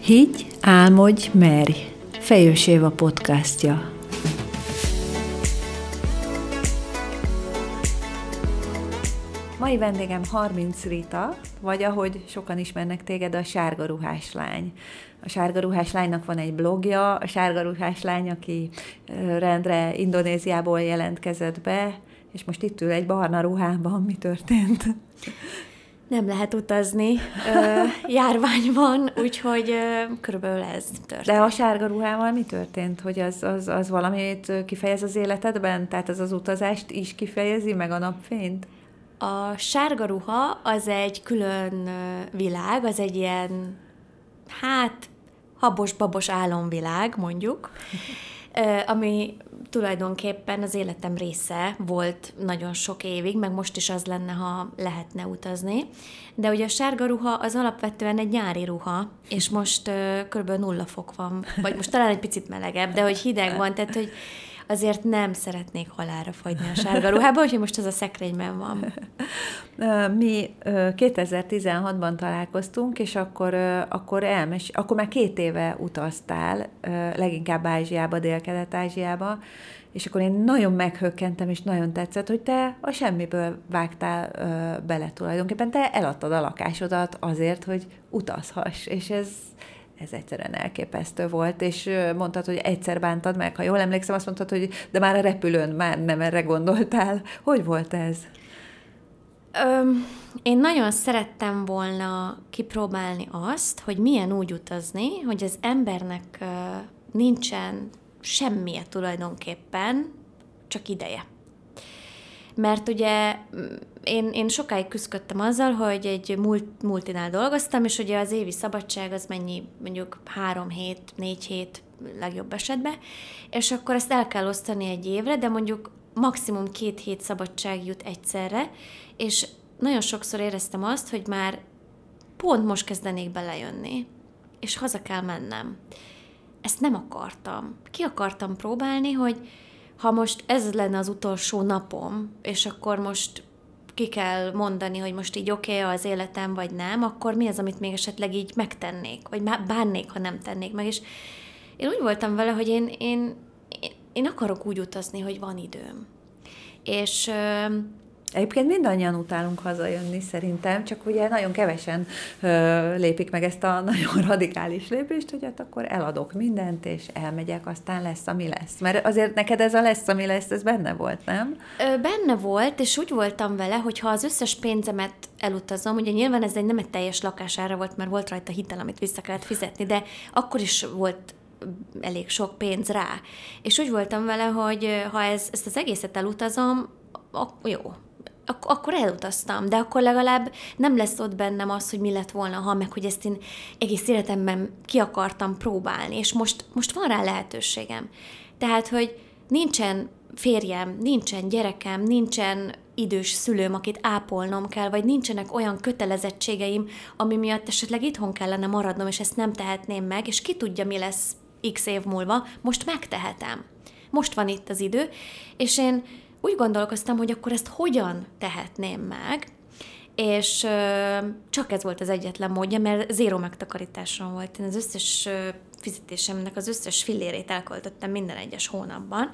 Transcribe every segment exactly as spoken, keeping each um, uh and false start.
Higgy, álmodj, merj! Fejős Éva podcastja. Mai vendégem Harminc Rita, vagy ahogy sokan ismernek téged, a Sárga Ruhás Lány. A Sárga Ruhás Lánynak van egy blogja, a Sárga Ruhás Lány, aki rendre Indonéziából jelentkezett be, és most itt ül egy barna ruhában. Mi történt? Nem lehet utazni, járvány van, úgyhogy körülbelül ez történt. De a sárga ruhával mi történt? Hogy az, az, az valamit kifejez az életedben? Tehát az az utazást is kifejezi, meg a napfényt? A sárga ruha az egy külön világ, az egy ilyen, hát, habos-babos álomvilág, mondjuk, ami tulajdonképpen az életem része volt nagyon sok évig, meg most is az lenne, ha lehetne utazni. De ugye a sárga ruha az alapvetően egy nyári ruha, és most uh, kb. nulla fok van, vagy most talán egy picit melegebb, de hogy hideg van, tehát hogy azért nem szeretnék halálra fagyni a sárga ruhában, úgyhogy most az a szekrényben van. Mi kétezer-tizenhatban találkoztunk, és akkor, akkor, elmes, akkor már két éve utaztál, leginkább Ázsiába, Dél-Kelet-Ázsiába, és akkor én nagyon meghökkentem, és nagyon tetszett, hogy te a semmiből vágtál bele tulajdonképpen. Te eladtad a lakásodat azért, hogy utazhass, és ez... Ez egyszerűen elképesztő volt, és mondtad, hogy egyszer bántad meg, ha jól emlékszem, azt mondtad, hogy de már a repülőn már nem erre gondoltál. Hogy volt ez? Öm, én nagyon szerettem volna kipróbálni azt, hogy milyen úgy utazni, hogy az embernek uh, nincsen semmije tulajdonképpen, csak ideje. Mert ugye én, én sokáig küzdöttem azzal, hogy egy mult, multinál dolgoztam, és ugye az évi szabadság az mennyi, mondjuk három hét, négy hét legjobb esetben, és akkor ezt el kell osztani egy évre, de mondjuk maximum két hét szabadság jut egyszerre, és nagyon sokszor éreztem azt, hogy már pont most kezdenék belejönni, és haza kell mennem. Ezt nem akartam. Ki akartam próbálni, hogy ha most ez lenne az utolsó napom, és akkor most ki kell mondani, hogy most így oké okay, az életem, vagy nem, akkor mi az, amit még esetleg így megtennék, vagy bánnék, ha nem tennék meg. És én úgy voltam vele, hogy én, én, én, én akarok úgy utazni, hogy van időm. És... Egyébként mindannyian utálunk hazajönni szerintem, csak ugye nagyon kevesen ö, lépik meg ezt a nagyon radikális lépést, hogy hát akkor eladok mindent, és elmegyek, aztán lesz, ami lesz. Mert azért neked ez a lesz, ami lesz, ez benne volt, nem? Ö, benne volt, és úgy voltam vele, hogy ha az összes pénzemet elutazom, ugye nyilván ez egy nem egy teljes lakására volt, mert volt rajta hitel, amit vissza kellett fizetni, de akkor is volt elég sok pénz rá. És úgy voltam vele, hogy ha ez, ezt az egészet elutazom, ak- jó, Ak- akkor elutaztam, de akkor legalább nem lesz ott bennem az, hogy mi lett volna, ha meg, hogy ezt én egész életemben ki akartam próbálni, és most, most van rá lehetőségem. Tehát, hogy nincsen férjem, nincsen gyerekem, nincsen idős szülőm, akit ápolnom kell, vagy nincsenek olyan kötelezettségeim, ami miatt esetleg itthon kellene maradnom, és ezt nem tehetném meg, és ki tudja, mi lesz x év múlva, most megtehetem. Most van itt az idő, és én úgy gondolkoztam, hogy akkor ezt hogyan tehetném meg, és ö, csak ez volt az egyetlen módja, mert zéró megtakarításom volt. Én az összes ö, fizetésemnek az összes fillérét elköltöttem minden egyes hónapban.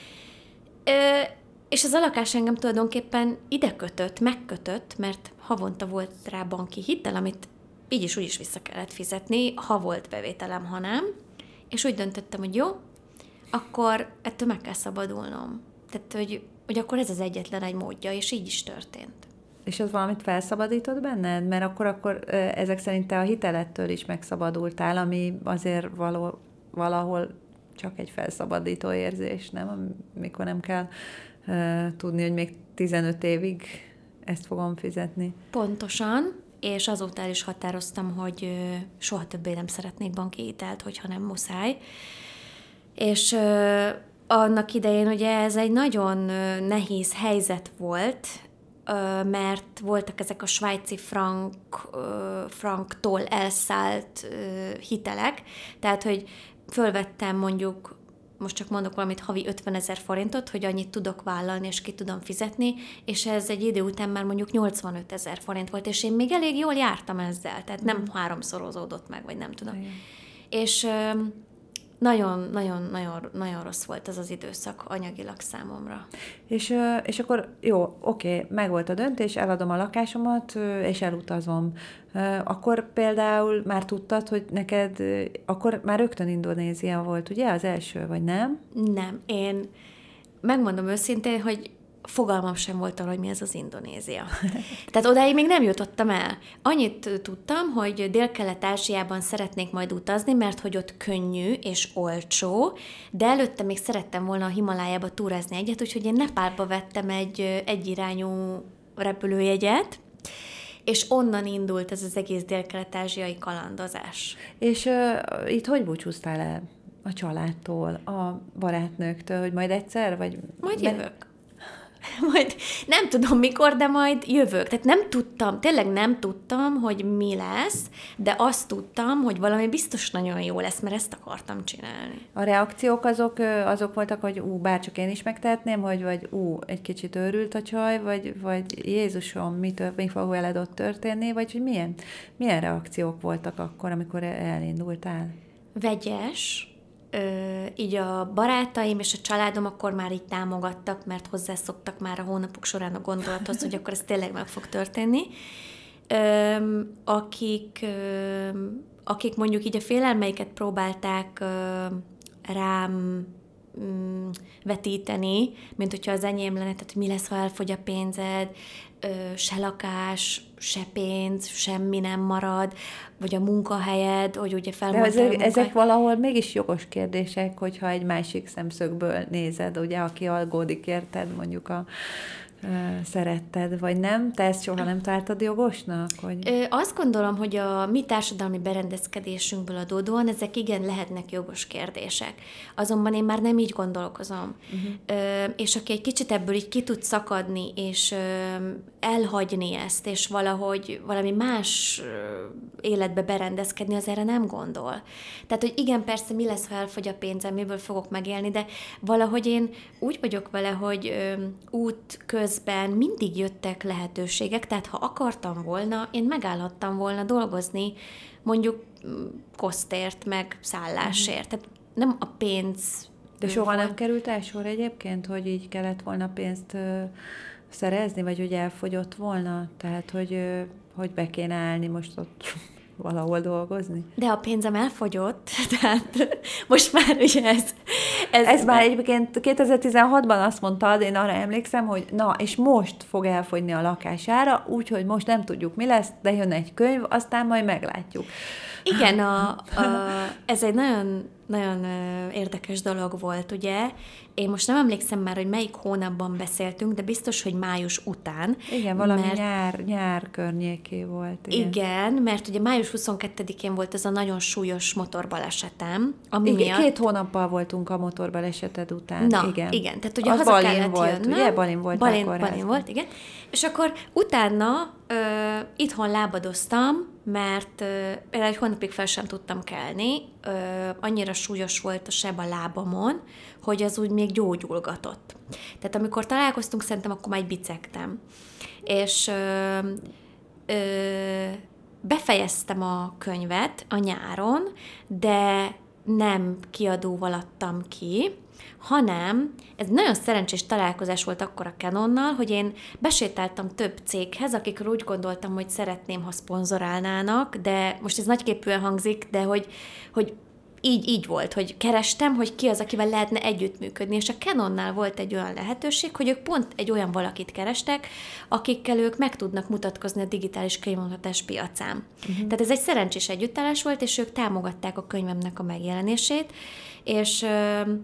Ö, és az alakás engem tulajdonképpen ide kötött, megkötött, mert havonta volt rá banki hitel, amit így is úgy is vissza kellett fizetni, ha volt bevételem, ha nem. És úgy döntöttem, hogy jó, akkor ettől meg kell szabadulnom. Tehát, hogy hogy akkor ez az egyetlen egy módja, és így is történt. És az valamit felszabadított benned? Mert akkor, akkor ezek szerint te a hitelettől is megszabadultál, ami azért való, valahol csak egy felszabadító érzés, nem? Amikor nem kell uh, tudni, hogy még tizenöt évig ezt fogom fizetni. Pontosan, és azóta is határoztam, hogy uh, soha többé nem szeretnék banki hitelt, hogyha nem muszáj. És... Uh, Annak idején ugye ez egy nagyon nehéz helyzet volt, mert voltak ezek a svájci frank, franktól elszállt hitelek, tehát hogy fölvettem mondjuk most csak mondok valamit, havi ötvenezer forintot, hogy annyit tudok vállalni, és ki tudom fizetni, és ez egy idő után már mondjuk nyolcvanötezer forint volt, és én még elég jól jártam ezzel, tehát nem mm. háromszorozódott meg, vagy nem tudom. Igen. És nagyon-nagyon-nagyon rossz volt ez az időszak anyagilag számomra. És, és akkor jó, oké, megvolt a döntés, eladom a lakásomat, és elutazom. Akkor például már tudtad, hogy neked, akkor már rögtön Indonézia volt, ugye, az első, vagy nem? Nem, én megmondom őszintén, hogy fogalmam sem volt arra, hogy mi ez az Indonézia. Tehát odáig még nem jutottam el. Annyit tudtam, hogy Dél-Kelet-Ázsiában szeretnék majd utazni, mert hogy ott könnyű és olcsó, de előtte még szerettem volna a Himalájába túrázni egyet, úgyhogy én Nepálba vettem egy egyirányú repülőjegyet, és onnan indult ez az egész dél-kelet-ázsiai kalandozás. És uh, itt hogy búcsúztál el a családtól, a barátnőktől, hogy majd egyszer, vagy... Majd jövök. Majd nem tudom mikor, de majd jövök. Tehát nem tudtam, tényleg nem tudtam, hogy mi lesz, de azt tudtam, hogy valami biztos nagyon jó lesz, mert ezt akartam csinálni. A reakciók azok, azok voltak, hogy ú, bárcsak én is megtehetném, hogy vagy ú, egy kicsit őrült a csaj, vagy, vagy Jézusom, mi, tör, mi fog veled ott történni, vagy hogy milyen, milyen reakciók voltak akkor, amikor elindultál? Vegyes. Ö, így a barátaim és a családom akkor már így támogattak, mert hozzászoktak már a hónapok során a gondolathoz, hogy akkor ez tényleg meg fog történni. Ö, akik, ö, akik mondjuk így a félelmeiket próbálták ö, rám mm, vetíteni, mint hogyha az enyém lenne, tehát mi lesz, ha elfogy a pénzed, ö, se lakás, se pénz, semmi nem marad, vagy a munkahelyed, hogy ugye felmondtál ezek, a munkahelyed. Ezek valahol mégis jogos kérdések, hogyha egy másik szemszögből nézed, ugye, aki aggódik érted, mondjuk a szeretted, vagy nem? Te ezt soha nem találtad jogosnak? Hogy... Ö, azt gondolom, hogy a mi társadalmi berendezkedésünkből adódóan ezek igen lehetnek jogos kérdések. Azonban én már nem így gondolkozom. Uh-huh. Ö, és aki egy kicsit ebből így ki tud szakadni, és ö, elhagyni ezt, és valahogy valami más életbe berendezkedni, az erre nem gondol. Tehát, hogy igen, persze mi lesz, ha elfogy a pénzem, miből fogok megélni, de valahogy én úgy vagyok vele, hogy ö, út köz közben mindig jöttek lehetőségek, tehát ha akartam volna, én megállhattam volna dolgozni, mondjuk kosztért, meg szállásért. Tehát nem a pénz... De soha volt. Nem került el sor egyébként, hogy így kellett volna pénzt ö, szerezni, vagy hogy elfogyott volna? Tehát, hogy, ö, hogy be kéne állni most ott valahol dolgozni? De a pénzem elfogyott, tehát most már ugye ez... Ez, ez már egyébként kétezer-tizenhatban azt mondtad, én arra emlékszem, hogy na, és most fog elfogyni a lakására, úgyhogy most nem tudjuk, mi lesz, de jön egy könyv, aztán majd meglátjuk. Igen, a, a, ez egy nagyon, nagyon érdekes dolog volt, ugye? Én most nem emlékszem már, hogy melyik hónapban beszéltünk, de biztos, hogy május után. Igen, valami mert, nyár, nyár környéké volt. Igen. igen, mert ugye május huszonkettedikén volt ez a nagyon súlyos motorbalesetem, ami igen, miatt... Két hónappal voltunk a motorbaleseted után. Na, igen. igen. Tehát ugye az haza Balin kellett volt, jönnöm. ugye? Balin volt. Balin, Balin volt, igen. És akkor utána ö, itthon lábadoztam, mert ö, egy hónapig fel sem tudtam kelni, ö, annyira súlyos volt a seb a lábamon, hogy az úgy még gyógyulgatott. Tehát amikor találkoztunk, szerintem akkor már bicegtem. És ö, ö, befejeztem a könyvet a nyáron, de nem kiadóval adtam ki, hanem ez nagyon szerencsés találkozás volt akkor a Canonnal, hogy én besétáltam több céghez, akikről úgy gondoltam, hogy szeretném, ha szponzorálnának, de most ez nagyképűen hangzik, de hogy, hogy így, így volt, hogy kerestem, hogy ki az, akivel lehetne együttműködni, és a Canonnál volt egy olyan lehetőség, hogy ők pont egy olyan valakit kerestek, akikkel ők meg tudnak mutatkozni a digitális könyvmutatás piacán. Uh-huh. Tehát ez egy szerencsés együttállás volt, és ők támogatták a könyvemnek a megjelenését, és ö,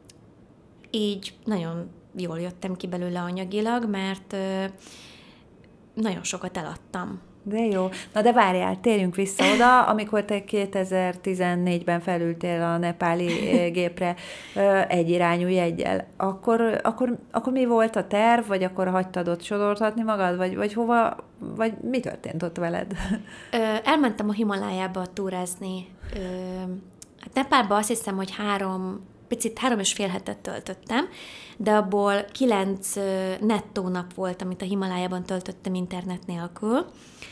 így nagyon jól jöttem ki belőle anyagilag, mert ö, nagyon sokat eladtam. De jó. Na de várjál, térjünk vissza oda, amikor te kétezer-tizennégyben felültél a nepáli gépre egyirányú jeggyel. Akkor, akkor, akkor mi volt a terv, vagy akkor hagytad ott sodortatni magad, vagy, vagy hova, vagy mi történt ott veled? Ö, elmentem a Himalájába túrázni. Ö, hát Nepálba azt hiszem, hogy három picit három és fél hetet töltöttem, de abból kilenc nettó nap volt, amit a Himalájában töltöttem internet nélkül.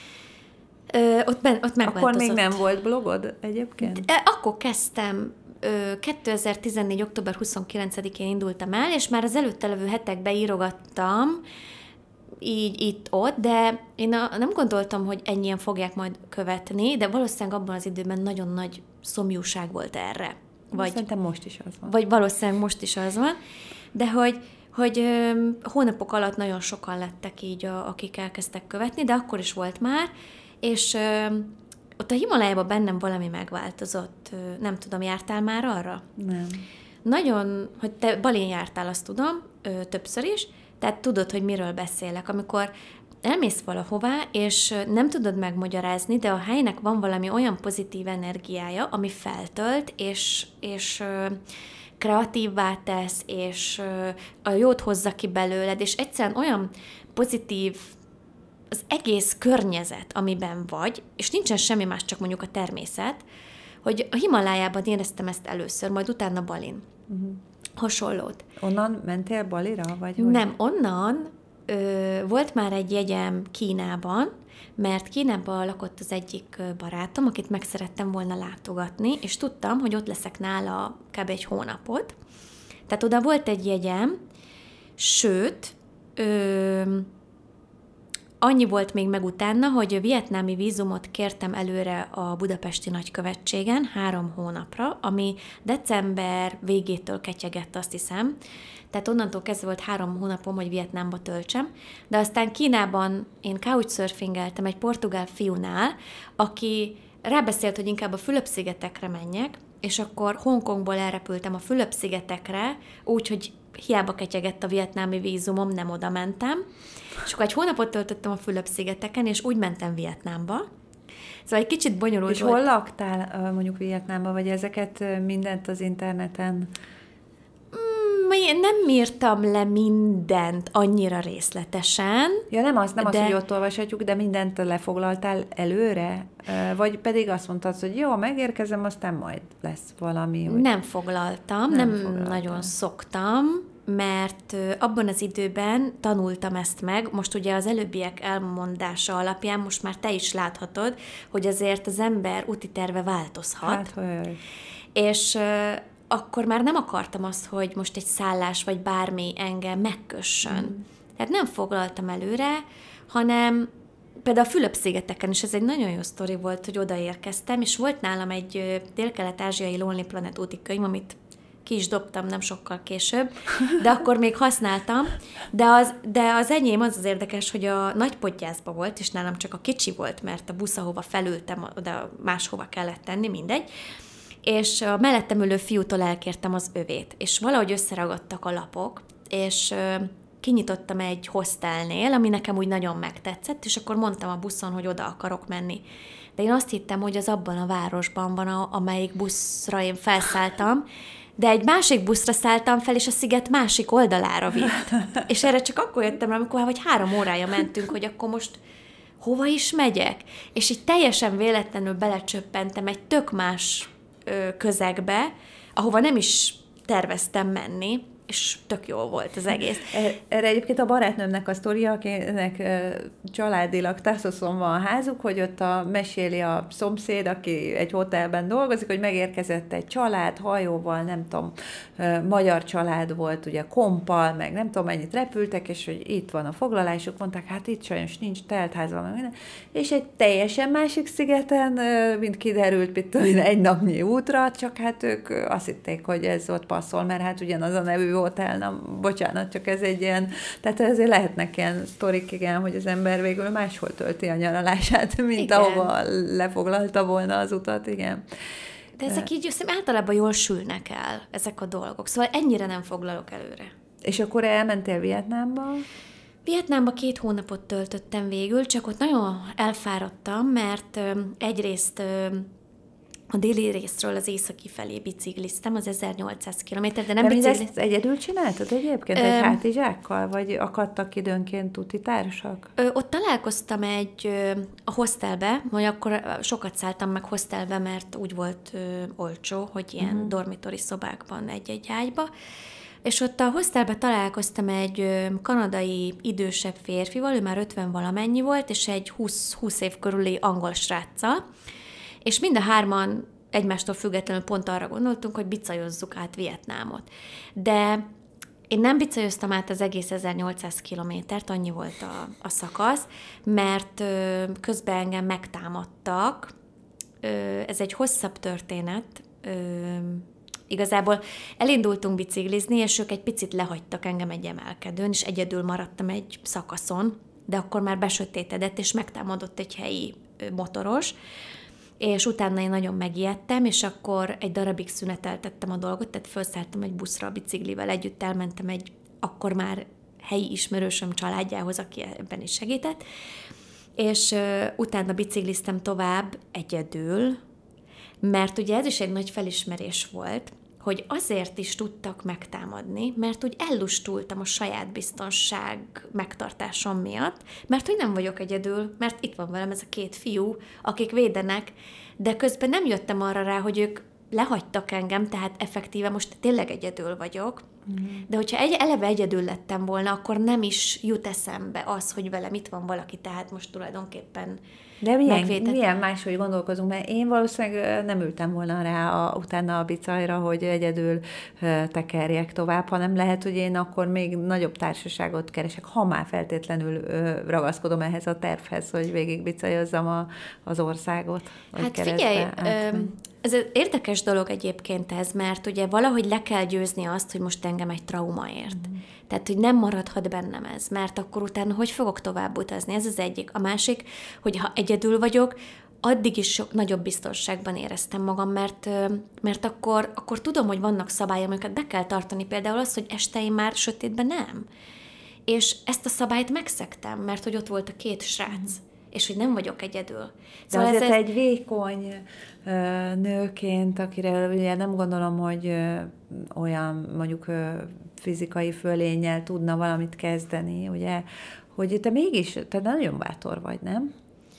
Ö, ott, ben, ott megváltozott. Akkor még nem volt blogod egyébként? De, akkor kezdtem, ö, kétezer-tizennégy. október huszonkilencedikén indultam el, és már az előtte levő hetekben írogattam, így itt-ott, de én a, nem gondoltam, hogy ennyien fogják majd követni, de valószínűleg abban az időben nagyon nagy szomjúság volt erre. Vagy, szerintem most is az van. Vagy valószínűleg most is az van, de hogy, hogy ö, hónapok alatt nagyon sokan lettek így, a, akik elkezdtek követni, de akkor is volt már, és ö, ott a Himalájában bennem valami megváltozott. Ö, nem tudom, jártál már arra? Nem. Nagyon, hogy te Balin jártál, azt tudom, ö, többször is, tehát tudod, hogy miről beszélek. Amikor elmész valahová, és nem tudod megmagyarázni, de a helynek van valami olyan pozitív energiája, ami feltölt, és, és ö, kreatívvá tesz, és ö, a jót hozza ki belőled, és egyszerűen olyan pozitív az egész környezet, amiben vagy, és nincsen semmi más, csak mondjuk a természet, hogy a Himalájában éreztem ezt először, majd utána Balin. Uh-huh. Hasonlót. Onnan mentél Balira? Vagy Nem, onnan ö, volt már egy jegyem Kínában, mert Kínában lakott az egyik barátom, akit meg szerettem volna látogatni, és tudtam, hogy ott leszek nála kb. Egy hónapot. Tehát oda volt egy jegyem, sőt, ö, annyi volt még meg utána, hogy vietnámi vízumot kértem előre a budapesti nagykövetségen három hónapra, ami december végétől ketyegett, azt hiszem. Tehát onnantól kezdve volt három hónapom, hogy Vietnámba töltsem. De aztán Kínában én couchsurfingeltem egy portugál fiúnál, aki rábeszélt, hogy inkább a Fülöp-szigetekre menjek, és akkor Hongkongból elrepültem a Fülöp-szigetekre, úgyhogy hiába ketyegett a vietnámi vízumom, nem oda mentem. És akkor egy hónapot töltöttem a Fülöp-szigeteken, és úgy mentem Vietnámba. Szóval egy kicsit bonyolult és volt. hol laktál mondjuk Vietnámban, vagy ezeket mindent az interneten? Én nem írtam le mindent annyira részletesen. Ja, nem az, nem de... az, hogy ott olvashatjuk, de mindent lefoglaltál előre? Vagy pedig azt mondtad, hogy jó, megérkezem, aztán majd lesz valami. Hogy... Nem foglaltam, nem, nem foglaltam. Nagyon szoktam, mert abban az időben tanultam ezt meg, most ugye az előbbiek elmondása alapján most már te is láthatod, hogy azért az ember úti terve változhat. Hát, hogy... És akkor már nem akartam azt, hogy most egy szállás vagy bármi engem megkössön. Mm. Tehát nem foglaltam előre, hanem például a Fülöp-szigeteken is ez egy nagyon jó sztori volt, hogy odaérkeztem, és volt nálam egy dél-kelet-ázsiai Lonely Planet úti könyv, amit ki is dobtam nem sokkal később, de akkor még használtam, de az, de az enyém az az érdekes, hogy a Nagypottyászban volt, és nálam csak a kicsi volt, mert a busz, ahova felültem, oda máshova kellett tenni, mindegy, és a mellettem ülő fiútól elkértem az övét, és valahogy összeragadtak a lapok, és kinyitottam egy hostelnél, ami nekem úgy nagyon megtetszett, és akkor mondtam a buszon, hogy oda akarok menni. De én azt hittem, hogy az abban a városban van, a, amelyik buszra én felszálltam, de egy másik buszra szálltam fel, és a sziget másik oldalára vitt. És erre csak akkor jöttem rá, amikor vagy három órája mentünk, hogy akkor most hova is megyek? És így teljesen véletlenül belecsöppentem egy tök más ö, közegbe, ahova nem is terveztem menni, és tök jó volt az egész. Erre egyébként a barátnőmnek a sztoria, akinek családilag Tassoson van a házuk, hogy ott a, meséli a szomszéd, aki egy hotelben dolgozik, hogy megérkezett egy család hajóval, nem tudom, magyar család volt, ugye kompal, meg nem tudom mennyit repültek, és hogy itt van a foglalásuk, mondták, hát itt sajnos nincs teltház, van minden, és egy teljesen másik szigeten, mint kiderült, mit tudom, egy napnyi útra, csak hát ők azt hitték, hogy ez ott passzol, mert hát ugyanaz a nevű hotel, na, bocsánat, csak ez egy ilyen, tehát ezért lehetnek ilyen sztorik, igen, hogy az ember végül máshol tölti a nyaralását, mint igen. ahova lefoglalta volna az utat, igen. De ezek így azt általában jól sülnek el, ezek a dolgok, szóval ennyire nem foglalok előre. És akkor elmentél Vietnámba? Vietnámba két hónapot töltöttem végül, csak ott nagyon elfáradtam, mert ö, egyrészt ö, a déli részről az északi felé bicikliztem, az ezernyolcszáz kilométer, de nem de bicikli... mindezt egyedül csináltad egyébként, egy hátizsákkal, vagy akadtak időnként tuti társak? Ö, ott találkoztam egy ö, a hostelbe, hogy akkor sokat szálltam meg hostelbe, mert úgy volt ö, olcsó, hogy ilyen uh-huh. dormitori szobákban egy-egy ágyba, és ott a hostelbe találkoztam egy ö, kanadai idősebb férfival, ő már ötven valamennyi volt, és egy húsz, húsz év körüli angol sráccal, és mind a hárman egymástól függetlenül pont arra gondoltunk, hogy bicajozzuk át Vietnámot. De én nem bicajoztam át az egész ezernyolcszáz kilométert, annyi volt a, a szakasz, mert ö, közben engem megtámadtak. Ö, ez egy hosszabb történet. Ö, igazából elindultunk biciklizni, és ők egy picit lehagytak engem egy emelkedőn, és egyedül maradtam egy szakaszon, de akkor már besötétedett, és megtámadott egy helyi motoros, és utána én nagyon megijedtem, és akkor egy darabig szüneteltettem a dolgot, tehát felszálltam egy buszra a biciklivel együtt, elmentem egy akkor már helyi ismerősöm családjához, aki ebben is segített, és uh, utána bicikliztem tovább egyedül, mert ugye ez is egy nagy felismerés volt, hogy azért is tudtak megtámadni, mert úgy ellustultam a saját biztonság megtartásom miatt, mert hogy nem vagyok egyedül, mert itt van velem ez a két fiú, akik védenek, de közben nem jöttem arra rá, hogy ők lehagytak engem, tehát effektíve most tényleg egyedül vagyok, mm. de hogyha egy, eleve egyedül lettem volna, akkor nem is jut eszembe az, hogy velem itt van valaki, tehát most tulajdonképpen de milyen, milyen máshogy gondolkozunk, mert én valószínűleg nem ültem volna rá a, utána a bicajra, hogy egyedül tekerjek tovább, hanem lehet, hogy én akkor még nagyobb társaságot keresek, ha már feltétlenül ragaszkodom ehhez a tervhez, hogy végig bicajozzam a, az országot. Hát figyelj, ö, ez egy érdekes dolog egyébként ez, mert ugye valahogy le kell győzni azt, hogy most engem egy trauma ért. Mm. Tehát, hogy nem maradhat bennem ez, mert akkor utána hogy fogok tovább utazni? Ez az egyik. A másik, hogy ha egyedül vagyok, addig is sok nagyobb biztonságban éreztem magam, mert, mert akkor, akkor tudom, hogy vannak szabályok, amiket be kell tartani. Például az, hogy este én már sötétben nem. És ezt a szabályt megszegtem, mert hogy ott volt a két srác. Mm. És hogy nem vagyok egyedül. Szóval de azért ez egy vékony ö, nőként, akire ugye nem gondolom, hogy ö, olyan mondjuk ö, fizikai fölénnyel tudna valamit kezdeni, ugye, hogy te mégis, te nagyon bátor vagy, nem?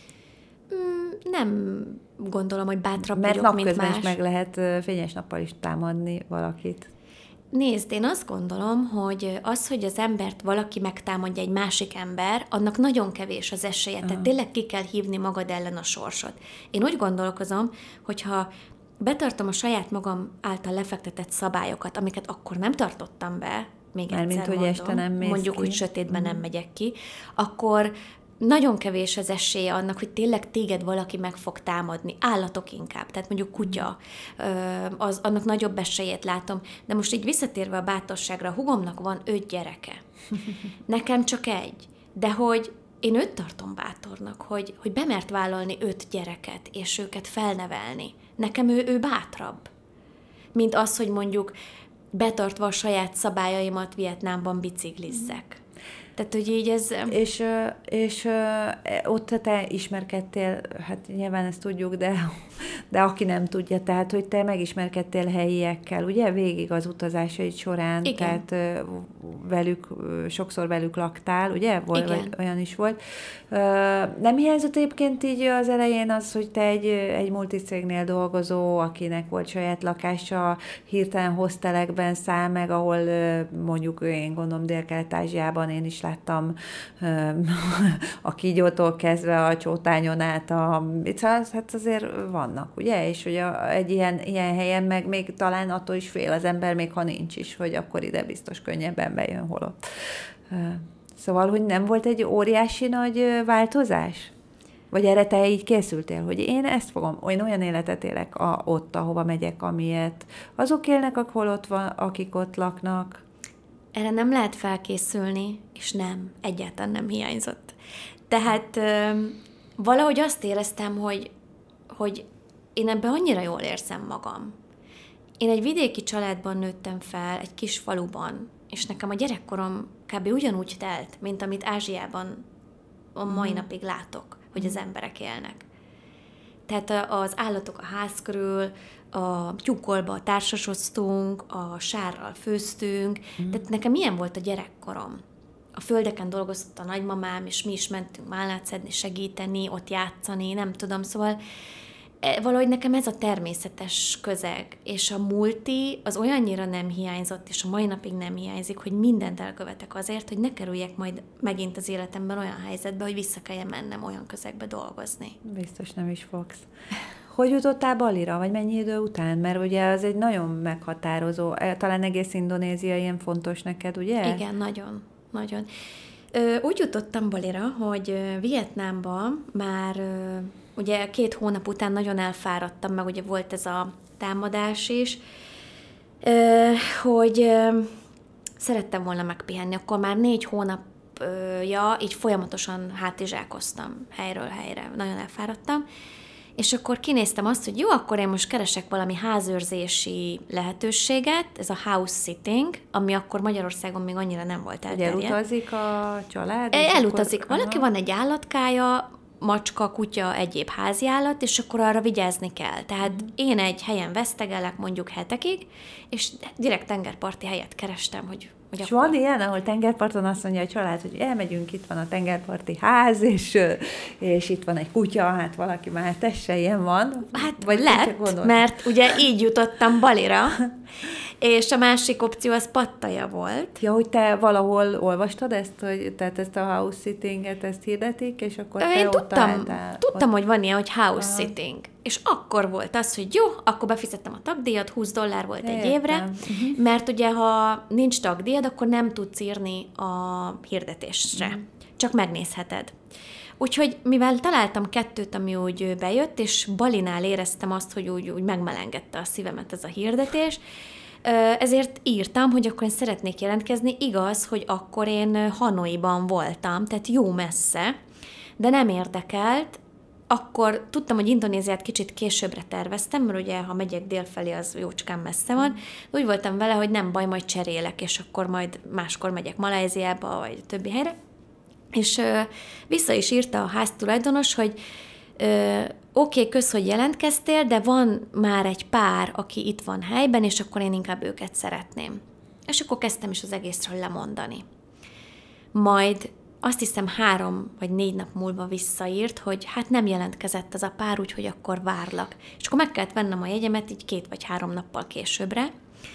Mm, nem gondolom, hogy bátrabb Mert vagyok, mint más. Mert napközben is meg lehet fényes nappal is támadni valakit. Nézd, én azt gondolom, hogy az, hogy az embert valaki megtámadja, egy másik ember, annak nagyon kevés az esélye, uh-huh. tehát tényleg ki kell hívni magad ellen a sorsot. Én úgy gondolkozom, hogyha betartom a saját magam által lefektetett szabályokat, amiket akkor nem tartottam be, még Már egyszer mint, mondom, hogy este nem mész mondjuk, ki. hogy sötétben uh-huh. nem megyek ki, akkor nagyon kevés az esélye annak, hogy tényleg téged valaki meg fog támadni. Állatok inkább, tehát mondjuk kutya, az, annak nagyobb esélyét látom. De most így visszatérve a bátorságra, a hugomnak van öt gyereke. Nekem csak egy. De hogy én őt tartom bátornak, hogy, hogy bemert vállalni öt gyereket, és őket felnevelni. Nekem ő, ő bátrabb, mint az, hogy mondjuk betartva a saját szabályaimat Vietnámban biciklizzek. Tehát, hogy így ez... És, és ott te ismerkedtél, hát nyilván ezt tudjuk, de, de aki nem tudja, tehát, hogy te megismerkedtél helyiekkel, ugye, végig az utazásaid során, igen. tehát velük, sokszor velük laktál, ugye, volt, vagy olyan is volt. Nem hiányzott egyébként így az elején az, hogy te egy, egy multicégnél dolgozó, akinek volt saját lakása, hirtelen hostelekben száll meg, ahol mondjuk én gondolom Dél-Kelet-Ázsiában én is láttam a kígyótól kezdve a csótányon át a... Hát azért vannak, ugye? És hogy egy ilyen, ilyen helyen meg még talán attól is fél az ember, még ha nincs is, hogy akkor ide biztos könnyebben bejön holott. Szóval, hogy nem volt egy óriási nagy változás? Vagy erre te így készültél, hogy én ezt fogom, én olyan életet élek a, ott, ahova megyek, amilyet azok élnek, ahol ott van, akik ott laknak? Erre nem lehet felkészülni, és nem, egyáltalán nem hiányzott. Tehát ö, valahogy azt éreztem, hogy, hogy én ebben annyira jól érzem magam. Én egy vidéki családban nőttem fel, egy kis faluban, és nekem a gyerekkorom kb. Ugyanúgy telt, mint amit Ázsiában a mai napig látok, hogy az emberek élnek. Tehát az állatok a ház körül, a tyúkolba társasoztunk, a sárral főztünk, mm. tehát nekem ilyen volt a gyerekkorom. A földeken dolgozott a nagymamám, és mi is mentünk málnát szedni, segíteni, ott játszani, nem tudom, szóval valahogy nekem ez a természetes közeg, és a multi az olyannyira nem hiányzott, és a mai napig nem hiányzik, hogy mindent elkövetek azért, hogy ne kerüljek majd megint az életemben olyan helyzetbe, hogy vissza kelljen mennem olyan közegbe dolgozni. Biztos nem is fogsz. Hogy jutottál Balira, vagy mennyi idő után? Mert ugye az egy nagyon meghatározó, talán egész Indonézia ilyen fontos neked, ugye? Igen, nagyon, nagyon. Ö, úgy jutottam Balira, hogy Vietnámban már ö, ugye két hónap után nagyon elfáradtam, meg ugye volt ez a támadás is, ö, hogy ö, szerettem volna megpihenni, akkor már négy hónapja így folyamatosan hátizsákoztam helyről helyre, nagyon elfáradtam, és akkor kinéztem azt, hogy jó, akkor én most keresek valami házőrzési lehetőséget, ez a house sitting, ami akkor Magyarországon még annyira nem volt elterjedt. Elutazik a család? Elutazik. Akkor... Valaki van egy állatkája, macska, kutya, egyéb házi állat, és akkor arra vigyázni kell. Tehát mm. én egy helyen vesztegelek mondjuk hetekig, és direkt tengerparti helyet kerestem, hogy és akkor... van ilyen, ahol tengerparton azt mondja a család, hogy elmegyünk, itt van a tengerparti ház, és, és itt van egy kutya, hát valaki már tesse, ilyen van? Hát vagy lett, mert ugye így jutottam Balira, és a másik opció az Pattaja volt. Ja, hogy te valahol olvastad ezt, hogy tehát ezt a house sittinget, ezt hirdetik, és akkor te Én ott tudtam, álltál, tudtam, ott... hogy van ilyen, hogy house Aha. sitting. És akkor volt az, hogy jó, akkor befizettem a tagdíjat, húsz dollár volt egy Értem. évre, uh-huh. mert ugye, ha nincs tagdíjad, akkor nem tudsz írni a hirdetésre. Uh-huh. Csak megnézheted. Úgyhogy, mivel találtam kettőt, ami úgy bejött, és Balinál éreztem azt, hogy úgy, úgy megmelengedte a szívemet ez a hirdetés, ezért írtam, hogy akkor én szeretnék jelentkezni. Igaz, hogy akkor én Hanoiban voltam, tehát jó messze, de nem érdekelt. Akkor tudtam, hogy Indonéziát kicsit későbbre terveztem, mert ugye, ha megyek délfelé, az jócskán messze van. Úgy voltam vele, hogy nem baj, majd cserélek, és akkor majd máskor megyek Malajziába, vagy többi helyre. És ö, vissza is írta a háztulajdonos, hogy ö, oké, okay, kösz, hogy jelentkeztél, de van már egy pár, aki itt van helyben, és akkor én inkább őket szeretném. És akkor kezdtem is az egészről lemondani. Majd azt hiszem három vagy négy nap múlva visszaírt, hogy hát nem jelentkezett az a pár, úgyhogy akkor várlak. És akkor meg kellett vennem a jegyemet így két vagy három nappal későbbre,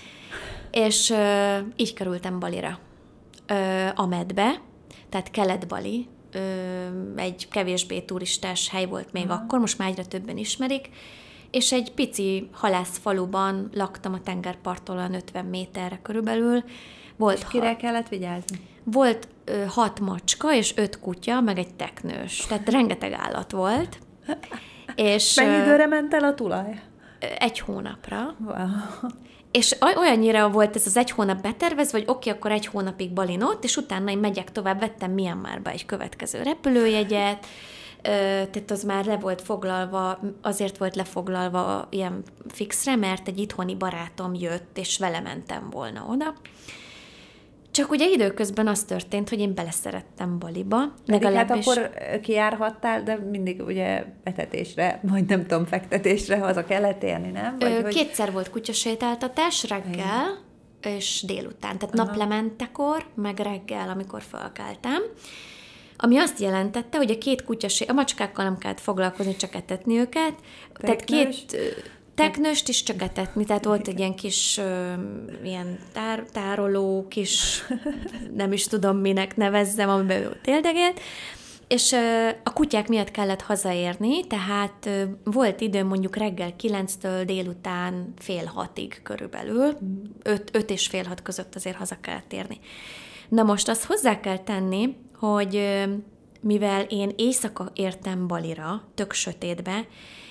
és ö, így kerültem Balira. Ö, Amedbe, tehát Kelet-Bali, ö, egy kevésbé turistás hely volt még Aha. akkor, most már egyre többen ismerik, és egy pici halászfaluban laktam a tengerparttól olyan ötven méterre körülbelül. Volt és kire ha- kellett vigyázni? Volt ö, hat macska, és öt kutya, meg egy teknős. Tehát rengeteg állat volt. És, mennyi időre ment el a tulaj? Egy hónapra. Wow. És olyannyira volt ez az egy hónap betervezve, hogy oké, okay, akkor egy hónapig Balin ott, és utána én megyek tovább, vettem Myanmarba egy következő repülőjegyet, tehát az már le volt foglalva, azért volt lefoglalva ilyen fixre, mert egy itthoni barátom jött, és vele mentem volna oda. Csak ugye időközben az történt, hogy én beleszerettem Baliba. Pedig hát akkor kijárhattál, de mindig ugye etetésre, vagy nem tudom, fektetésre haza kellett élni, nem? Vagy Ö, hogy... Kétszer volt kutyasétáltatás, reggel Igen. és délután. Tehát Aha. naplementekor, meg reggel, amikor felkeltem. Ami azt jelentette, hogy a két kutyasé... A macskákkal nem kellett foglalkozni, csak etetni őket. Teknős. Tehát két... Teknőst is csak etetni, tehát volt egy ilyen kis ö, ilyen tár, tároló, kis, nem is tudom minek nevezzem, amiben ő ott éldegélt, és ö, a kutyák miatt kellett hazaérni, tehát ö, volt idő mondjuk reggel kilenctől délután fél hatig körülbelül, öt, öt és fél hat között azért haza kellett érni. Na most azt hozzá kell tenni, hogy ö, mivel én éjszaka értem Balira, tök sötétbe,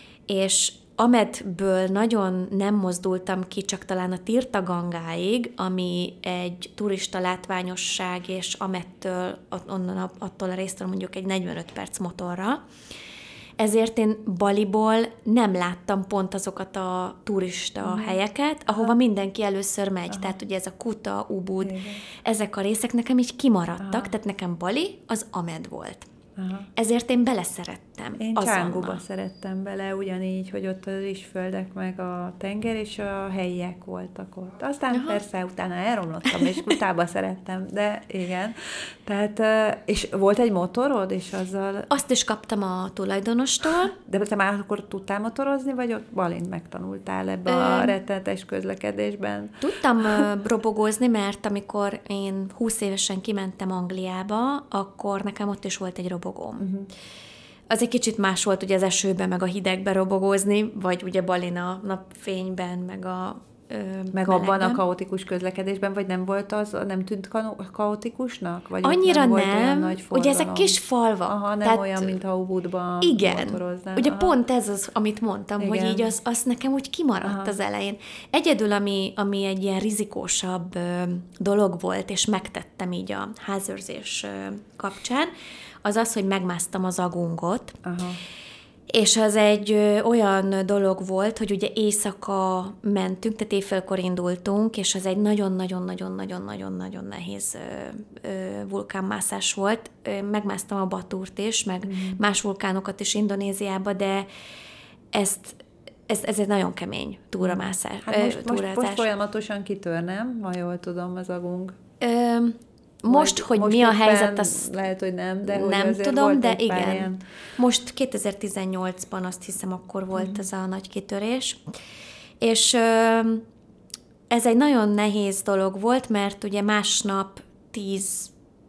és Amedből nagyon nem mozdultam ki, csak talán a Tirtagangáig, ami egy turista látványosság, és Amedtől, onnan attól a résztől mondjuk egy negyvenöt perc motorra. Ezért én Baliból nem láttam pont azokat a turista mm. helyeket, ahova Aha. mindenki először megy. Aha. Tehát ugye ez a Kuta, Ubud, Igen. ezek a részek nekem így kimaradtak, Aha. tehát nekem Bali az Amed volt. Aha. Ezért én beleszerettem. szerettem. Én azonnal. Csángóba szerettem bele, ugyanígy, hogy ott az isföldek meg a tenger, és a helyiek voltak ott. Aztán Aha. persze utána elromlottam, és utába szerettem, de igen. Tehát, és volt egy motorod, és azzal... Azt is kaptam a tulajdonostól. De te már akkor tudtál motorozni, vagy ott Balint megtanultál ebbe Ö... a rettenetes közlekedésben? Tudtam uh, robogózni, mert amikor én húsz évesen kimentem Angliába, akkor nekem ott is volt egy robogóm. Uh-huh. Az egy kicsit más volt ugye az esőben, meg a hidegben robogózni, vagy ugye Balin a napfényben, meg a ö, Meg melegben. Abban a kaotikus közlekedésben, vagy nem volt az, nem tűnt ka- kaotikusnak? Vagy annyira nem. nem. Volt olyan nagy ugye ezek kis falvak. Aha, nem tehát, olyan, mint ha Ubudban igen. motoroznál. Ugye Aha. pont ez az, amit mondtam, igen. hogy így az, az nekem úgy kimaradt Aha. az elején. Egyedül, ami, ami egy ilyen rizikósabb ö, dolog volt, és megtettem így a házőrzés ö, kapcsán, az az, hogy megmásztam az agungot, Aha. és az egy ö, olyan dolog volt, hogy ugye éjszaka mentünk, tehát éjfélkor indultunk, és az egy nagyon-nagyon-nagyon-nagyon-nagyon-nagyon nehéz ö, ö, vulkánmászás volt. Ö, megmásztam a Batúrt is, meg mm. más vulkánokat is Indonéziába, de ezt Ez, ez egy nagyon kemény túramászás. Hát most, most, most folyamatosan kitör, nem? Ha jól tudom, az agung. Ö, most, hogy most mi a helyzet, az lehet, hogy nem, de nem hogy tudom, de igen. Ilyen... Most kétezer-tizennyolcban azt hiszem, akkor volt mm. ez a nagy kitörés. És ö, ez egy nagyon nehéz dolog volt, mert ugye másnap tíz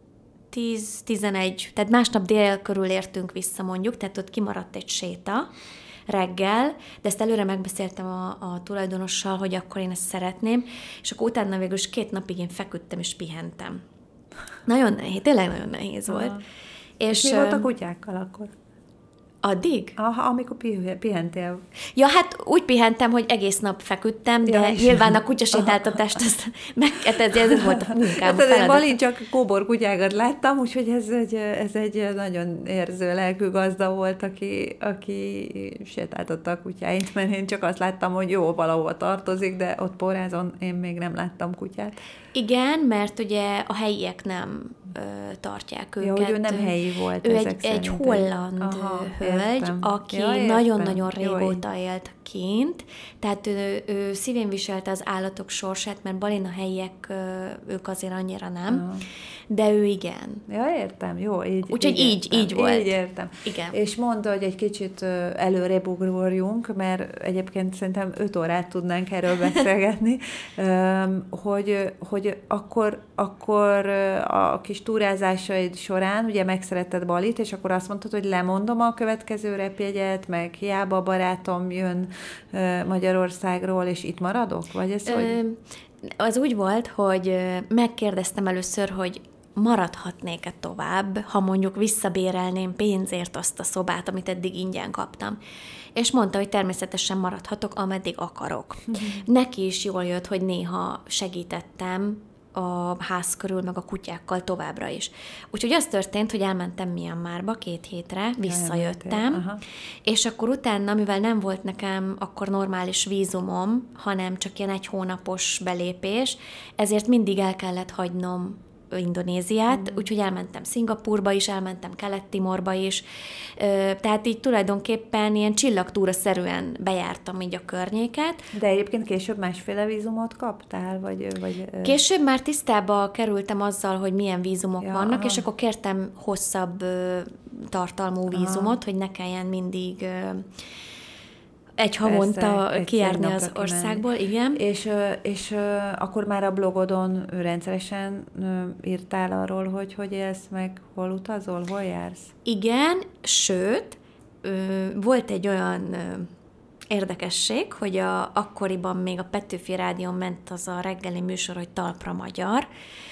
tíz-tizenegy, tehát másnap dél körül értünk vissza mondjuk, tehát ott kimaradt egy séta reggel, de ezt előre megbeszéltem a, a tulajdonossal, hogy akkor én ezt szeretném, és akkor utána végül is két napig én feküdtem és pihentem. Nagyon nehéz, tényleg nagyon nehéz Aha. volt. És, és mi volt a kutyákkal akkor? Addig? Aha, amikor pihentél. Ja, hát úgy pihentem, hogy egész nap feküdtem, de ja, nyilván a kutyasétáltatást ezt megkezdeni, ez volt a munkám. Hát Balin csak kóbor kutyákat láttam, úgyhogy ez egy, ez egy nagyon érző lelkű gazda volt, aki, aki sétáltatta a kutyáit, mert én csak azt láttam, hogy jó, valahol tartozik, de ott Porrázon én még nem láttam kutyát. Igen, mert ugye a helyiek nem ö, tartják őket. Jó, hogy ő nem helyi volt. Ő egy, egy holland Aha, hölgy, értem. aki ja, nagyon-nagyon régóta Jó, élt kint, tehát ő, ő szívén viselte az állatok sorsát, mert Balin a helyiek, ők azért annyira nem, Aha. de ő igen. Ja, értem, jó, így Úgyhogy így, így, így volt. Így értem. Igen. És mondta, hogy egy kicsit előrébb ugorjunk, mert egyébként szerintem öt órát tudnánk erről beszélgetni, hogy, hogy akkor, akkor a kis túrázásaid során ugye megszeretted Balit, és akkor azt mondtad, hogy lemondom a következő repjegyet, meg hiába barátom jön Magyarországról, és itt maradok? Vagy ez Ö, hogy... Az úgy volt, hogy megkérdeztem először, hogy maradhatnék-e tovább, ha mondjuk visszabérelném pénzért azt a szobát, amit eddig ingyen kaptam. És mondta, hogy természetesen maradhatok, ameddig akarok. Mm-hmm. Neki is jól jött, hogy néha segítettem a ház körül, meg a kutyákkal továbbra is. Úgyhogy az történt, hogy elmentem Myanmarba két hétre, visszajöttem, és akkor utána, mivel nem volt nekem akkor normális vízumom, hanem csak ilyen egy hónapos belépés, ezért mindig el kellett hagynom Indonéziát, mm. úgyhogy elmentem Szingapúrba is, elmentem Kelet-Timorba is, tehát így tulajdonképpen ilyen csillagtúra-szerűen bejártam így a környéket. De egyébként később másféle vízumot kaptál? Vagy, vagy... Később már tisztába kerültem azzal, hogy milyen vízumok ja, vannak, aha. és akkor kértem hosszabb tartalmú vízumot, aha. hogy ne kelljen mindig... Egy havonta kijárni az országból, menni. Igen. És, és akkor már a blogodon rendszeresen írtál arról, hogy hogy élsz meg, hol utazol, hol jársz? Igen, sőt, volt egy olyan érdekesség, hogy a, akkoriban még a Petőfi Rádión ment az a reggeli műsor, hogy Talpra Magyar,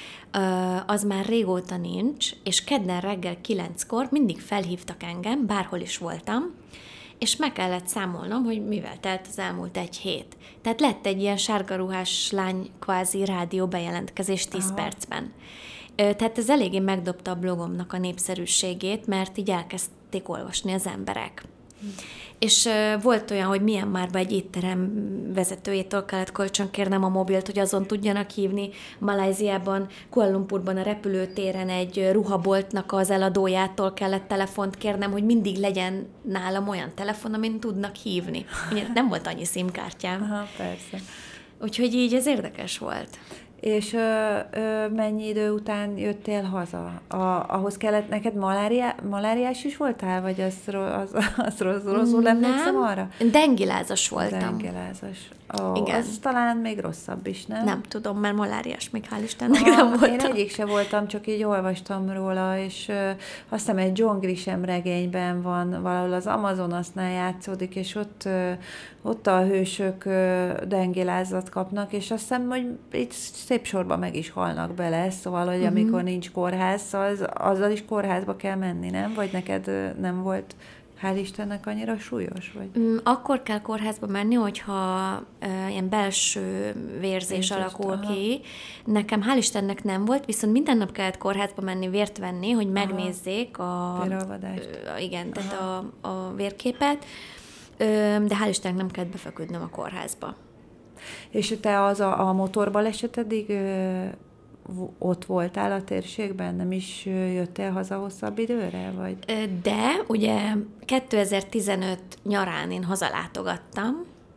az már régóta nincs, és kedden reggel kilenckor mindig felhívtak engem, bárhol is voltam, és meg kellett számolnom, hogy mivel telt az elmúlt egy hét. Tehát lett egy ilyen sárgaruhás lány kvázi rádió bejelentkezés tíz Aha. percben. Tehát ez eléggé megdobta a blogomnak a népszerűségét, mert így elkezdték olvasni az emberek. És uh, volt olyan, hogy Myanmarban egy étterem vezetőjétől kellett kölcsönkérnem a mobilt, hogy azon tudjanak hívni. Malajziában, Kuala Lumpurban a repülőtéren egy ruhaboltnak az eladójától kellett telefont kérnem, hogy mindig legyen nálam olyan telefon, amin tudnak hívni. Ugye nem volt annyi szimkártyám. Aha, persze. Úgyhogy így ez érdekes volt. És ö, ö, mennyi idő után jöttél haza? A, ahhoz kellett neked malária, maláriás is voltál? Vagy az, az, az rossz, rosszul emlékszem arra? Dengilázas voltam. Dengilázas. Ó, igen. Az talán még rosszabb is, nem? Nem tudom, mert maláriás még hál' Istennek Aha, nem voltam. Én egyik se voltam, csak így olvastam róla, és ö, azt hiszem egy John Grisham regényben van, valahol az Amazonasnál játszódik, és ott, ö, ott a hősök ö, dengilázat kapnak, és azt hiszem, hogy itt szép sorban meg is halnak bele, szóval, hogy uh-huh. amikor nincs kórház, szóval az, azzal is kórházba kell menni, nem? Vagy neked ö, nem volt... Hál' Istennek annyira súlyos? Vagy? Akkor kell kórházba menni, hogyha uh, ilyen belső vérzés Én alakul aha. ki. Nekem hál' Istennek nem volt, viszont minden nap kellett kórházba menni, vért venni, hogy megnézzék a, uh, igen, tehát a, a vérképet, uh, de hál' Istennek nem kellett befeküdnöm a kórházba. És te az a, a motorbalesetedig uh, ott voltál a térségben? Nem is jöttél haza hosszabb időre? Vagy? De, ugye kétezer-tizenöt nyarán én hazalátogattam,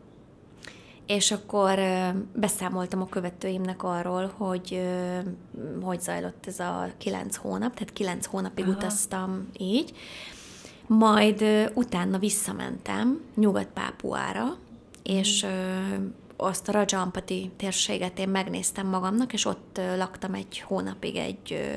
és akkor beszámoltam a követőimnek arról, hogy hogy zajlott ez a kilenc hónap, tehát kilenc hónapig Aha. utaztam így. Majd utána visszamentem Nyugat-Pápuára, és azt a Raja Ampat térséget én megnéztem magamnak, és ott laktam egy hónapig egy,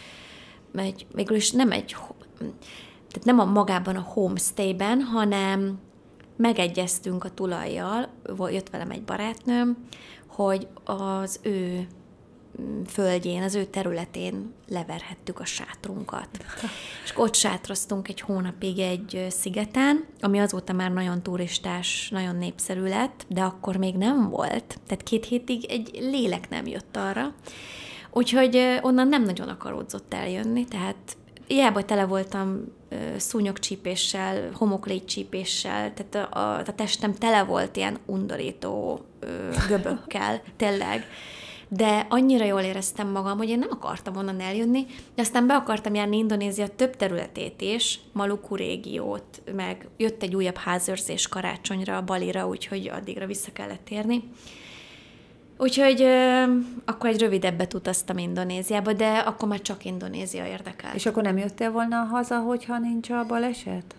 egy végülis nem egy, tehát nem a magában a homestayben, hanem megegyeztünk a tulajjal, jött velem egy barátnőm, hogy az ő földjén, az ő területén leverhettük a sátrunkat. És ott sátroztunk egy hónapig egy szigeten, ami azóta már nagyon turistás, nagyon népszerű lett, de akkor még nem volt. Tehát két hétig egy lélek nem jött arra. Úgyhogy onnan nem nagyon akaródzott eljönni, tehát hiába tele voltam szúnyogcsípéssel, homoklégycsípéssel, tehát a, a testem tele volt ilyen undorító göbökkel, tényleg. De annyira jól éreztem magam, hogy én nem akartam onnan eljönni, de aztán be akartam járni Indonézia több területét is, Maluku régiót, meg jött egy újabb házőrzés karácsonyra, Balira, úgyhogy addigra vissza kellett térni. Úgyhogy euh, akkor egy rövidebbet utaztam Indonéziába, de akkor már csak Indonézia érdekel. És akkor nem jöttél volna haza, hogyha nincs a baleset?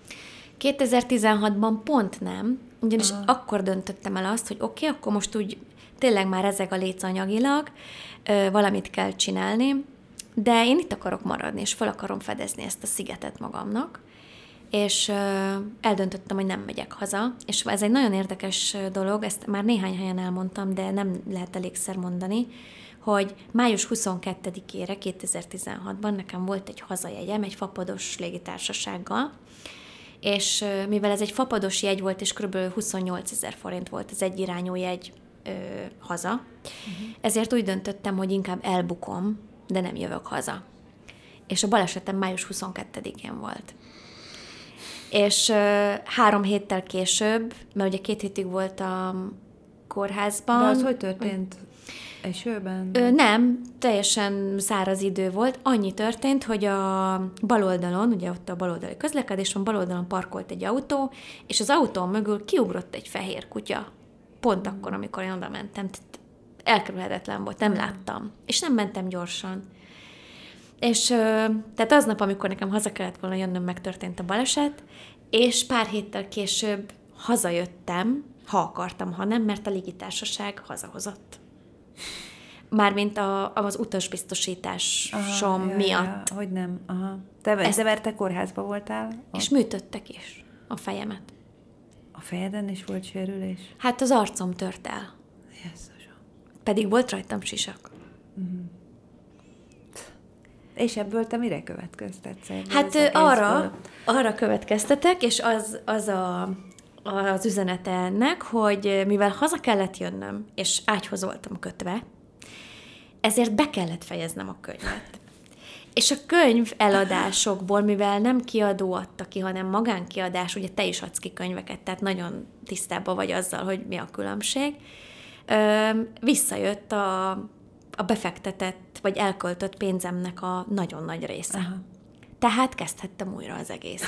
kétezer-tizenhatban pont nem, ugyanis Aha. akkor döntöttem el azt, hogy oké, okay, akkor most úgy tényleg már ezek a léc anyagilag, ö, valamit kell csinálni, de én itt akarok maradni, és fel akarom fedezni ezt a szigetet magamnak, és ö, eldöntöttem, hogy nem megyek haza, és ez egy nagyon érdekes dolog, ezt már néhány helyen elmondtam, de nem lehet elégszer mondani, hogy május huszonkettedikére kétezer-tizenhatban nekem volt egy hazajegyem, egy fapados légitársasággal, és mivel ez egy fapados jegy volt, és kb. huszonnyolcezer forint volt az egyirányú jegy ö, haza, uh-huh. ezért úgy döntöttem, hogy inkább elbukom, de nem jövök haza. És a balesetem május huszonkettedikén volt. És ö, három héttel később, mert ugye két hétig voltam kórházban. De az hogy történt? Esőben? Ö, nem, teljesen száraz idő volt. Annyi történt, hogy a baloldalon, ugye ott a baloldali közlekedés van, baloldalon parkolt egy autó, és az autó mögül kiugrott egy fehér kutya. Pont mm. akkor, amikor én oda mentem. Elkerülhetetlen volt, nem mm. láttam. És nem mentem gyorsan. És ö, tehát aznap, amikor nekem haza kellett volna jönnöm, megtörtént a baleset, és pár héttel később hazajöttem, ha akartam, ha nem, mert a légitársaság hazahozott. Mármint a, az utasbiztosításom aha, miatt. Ja, ja, hogy nem. Aha. Te, Ezt, te verte kórházba voltál? És műtöttek is a fejemet. A fejeden is volt sérülés? Hát az arcom tört el. Jesszusom. Pedig volt rajtam sisak. Uh-huh. És ebből te mire következtetsz? Ebből hát arra, arra következtetek, és az, az a... az üzenete ennek, hogy mivel haza kellett jönnöm, és ágyhoz voltam kötve, ezért be kellett fejeznem a könyvet. És a könyv eladásokból, mivel nem kiadó adta ki, hanem magánkiadás, ugye te is adsz ki könyveket, tehát nagyon tisztában vagy azzal, hogy mi a különbség, visszajött a, a befektetett, vagy elköltött pénzemnek a nagyon nagy része. Aha. Tehát kezdhettem újra az egész.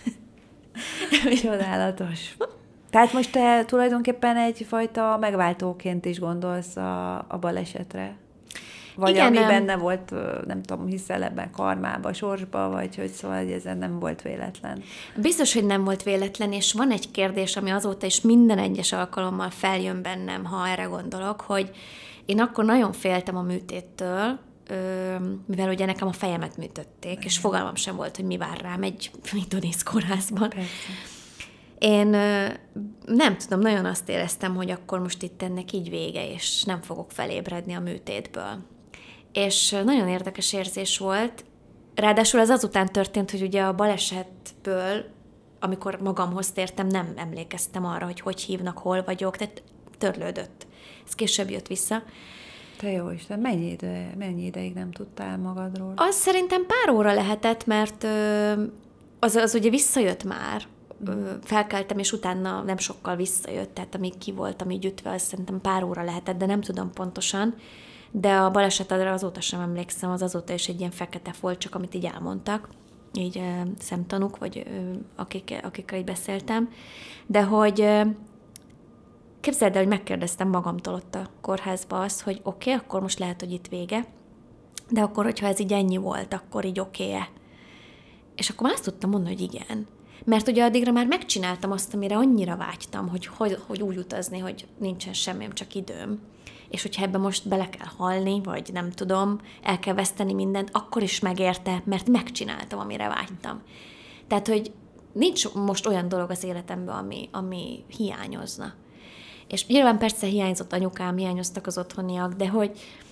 Csodálatos. Tehát most te tulajdonképpen egyfajta megváltóként is gondolsz a, a balesetre? Vagy igen, ami nem. benne volt, nem tudom, hiszel ebben karmába, sorsba, vagy hogy szóval, hogy ez nem volt véletlen. Biztos, hogy nem volt véletlen, és van egy kérdés, ami azóta is minden egyes alkalommal feljön bennem, ha erre gondolok, hogy én akkor nagyon féltem a műtéttől, mivel ugye nekem a fejemet műtötték, és fogalmam sem volt, hogy mi vár rám egy indonéz kórházban. Persze. Én nem tudom, nagyon azt éreztem, hogy akkor most itt ennek így vége, és nem fogok felébredni a műtétből. És nagyon érdekes érzés volt. Ráadásul ez azután történt, hogy ugye a balesetből, amikor magamhoz tértem, nem emlékeztem arra, hogy hogy hívnak, hol vagyok, tehát törlődött. Ez később jött vissza. Te jó Isten, mennyi, ide, mennyi ideig nem tudtál magadról? Az szerintem pár óra lehetett, mert az, az ugye visszajött már. Felkeltem, és utána nem sokkal visszajött, tehát amíg ki voltam így ütve, az szerintem pár óra lehetett, de nem tudom pontosan. De a balesetedre azóta sem emlékszem, az azóta is egy ilyen fekete folt, csak amit így elmondtak, így ö, szemtanúk, vagy ö, akik, akikkel így beszéltem. De hogy ö, képzeld el, hogy megkérdeztem magamtól ott a kórházba azt, hogy oké, okay, akkor most lehet, hogy itt vége, de akkor, hogyha ez így ennyi volt, akkor így oké-e? És akkor már azt tudtam mondani, hogy igen. Mert ugye addigra már megcsináltam azt, amire annyira vágytam, hogy, hogy, hogy úgy utazni, hogy nincsen semmim, csak időm. És hogyha ebbe most bele kell halni, vagy nem tudom, el kell veszteni mindent, akkor is megérte, mert megcsináltam, amire vágytam. Tehát, hogy nincs most olyan dolog az életemben, ami, ami hiányozna. És nyilván persze hiányzott anyukám, hiányoztak az otthoniak, de hogy...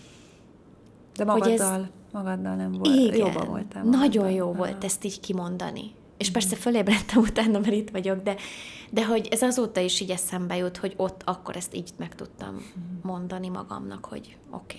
De magaddal, ez, magaddal nem volt. Igen, jobban voltál magaddal. Nagyon jó volt ezt így kimondani. És persze fölébredtem utána, mert itt vagyok, de, de hogy ez azóta is így eszembe jut, hogy ott akkor ezt így meg tudtam mondani magamnak, hogy oké.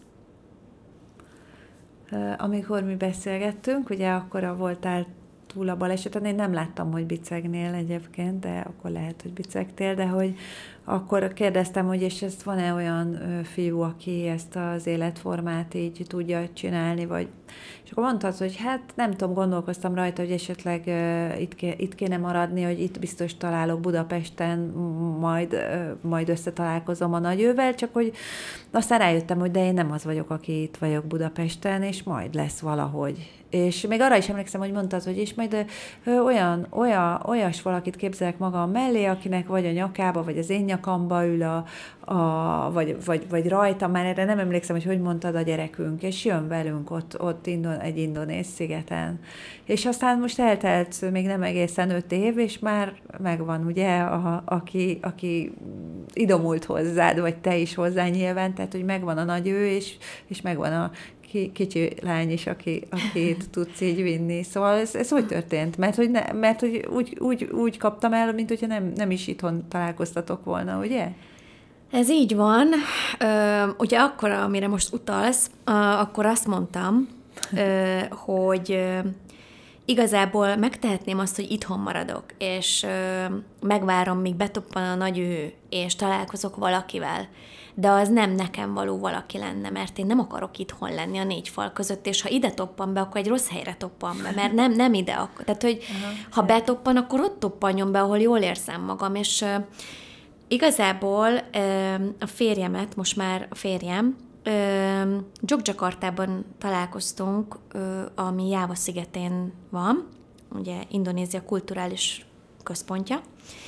Okay. Amikor mi beszélgettünk, ugye akkor voltál túl a baleseten, én nem láttam, hogy bicegnél egyébként, de akkor lehet, hogy bicegtél, de hogy akkor kérdeztem, hogy és ezt van-e olyan fiú, aki ezt az életformát így tudja csinálni, vagy... És akkor mondtad, hogy hát nem tudom, gondolkoztam rajta, hogy esetleg uh, itt, ké, itt kéne maradni, hogy itt biztos találok Budapesten, majd, uh, majd összetalálkozom a nagyővel, csak hogy aztán rájöttem, hogy de én nem az vagyok, aki itt vagyok Budapesten, és majd lesz valahogy. És még arra is emlékszem, hogy mondtad, hogy és majd ö, olyan, olyan, olyas valakit képzelek magam mellé, akinek vagy a nyakába, vagy az én nyakamba ül, a, a, vagy, vagy, vagy rajta, már erre nem emlékszem, hogy hogy mondtad a gyerekünk, és jön velünk ott, ott indon, egy indonéz szigeten. És aztán most eltelt még nem egészen öt év, és már megvan, ugye, a, aki, aki idomult hozzád, vagy te is hozzá nyilván, tehát, hogy megvan a nagy ő, és, és megvan a kicsi lány is, aki, akit tudsz így vinni. Szóval ez, ez úgy történt, mert hogy, ne, mert, hogy úgy, úgy, úgy kaptam el, mint hogyha nem, nem is itthon találkoztatok volna, ugye? Ez így van. Ö, ugye akkor, amire most utalsz, ö, akkor azt mondtam, ö, hogy ö, igazából megtehetném azt, hogy itthon maradok, és ö, megvárom, míg betoppan a nagy ő, és találkozok valakivel. De az nem nekem való valaki lenne, mert én nem akarok itthon lenni a négy fal között, és ha ide toppan be, akkor egy rossz helyre toppan be, mert nem, nem ide akkor. Tehát, hogy aha, ha betoppan, akkor ott toppanjon be, ahol jól érzem magam, és uh, igazából uh, a férjemet, most már a férjem, uh, Jogjakartában találkoztunk, uh, ami Jáva szigetén van, ugye Indonézia kulturális központja.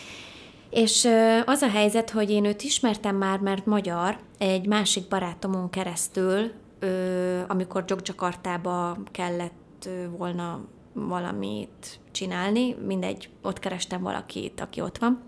És az a helyzet, hogy én őt ismertem már, mert magyar, egy másik barátomon keresztül, amikor Jogjakartába kellett volna valamit csinálni, mindegy, ott kerestem valakit, aki ott van.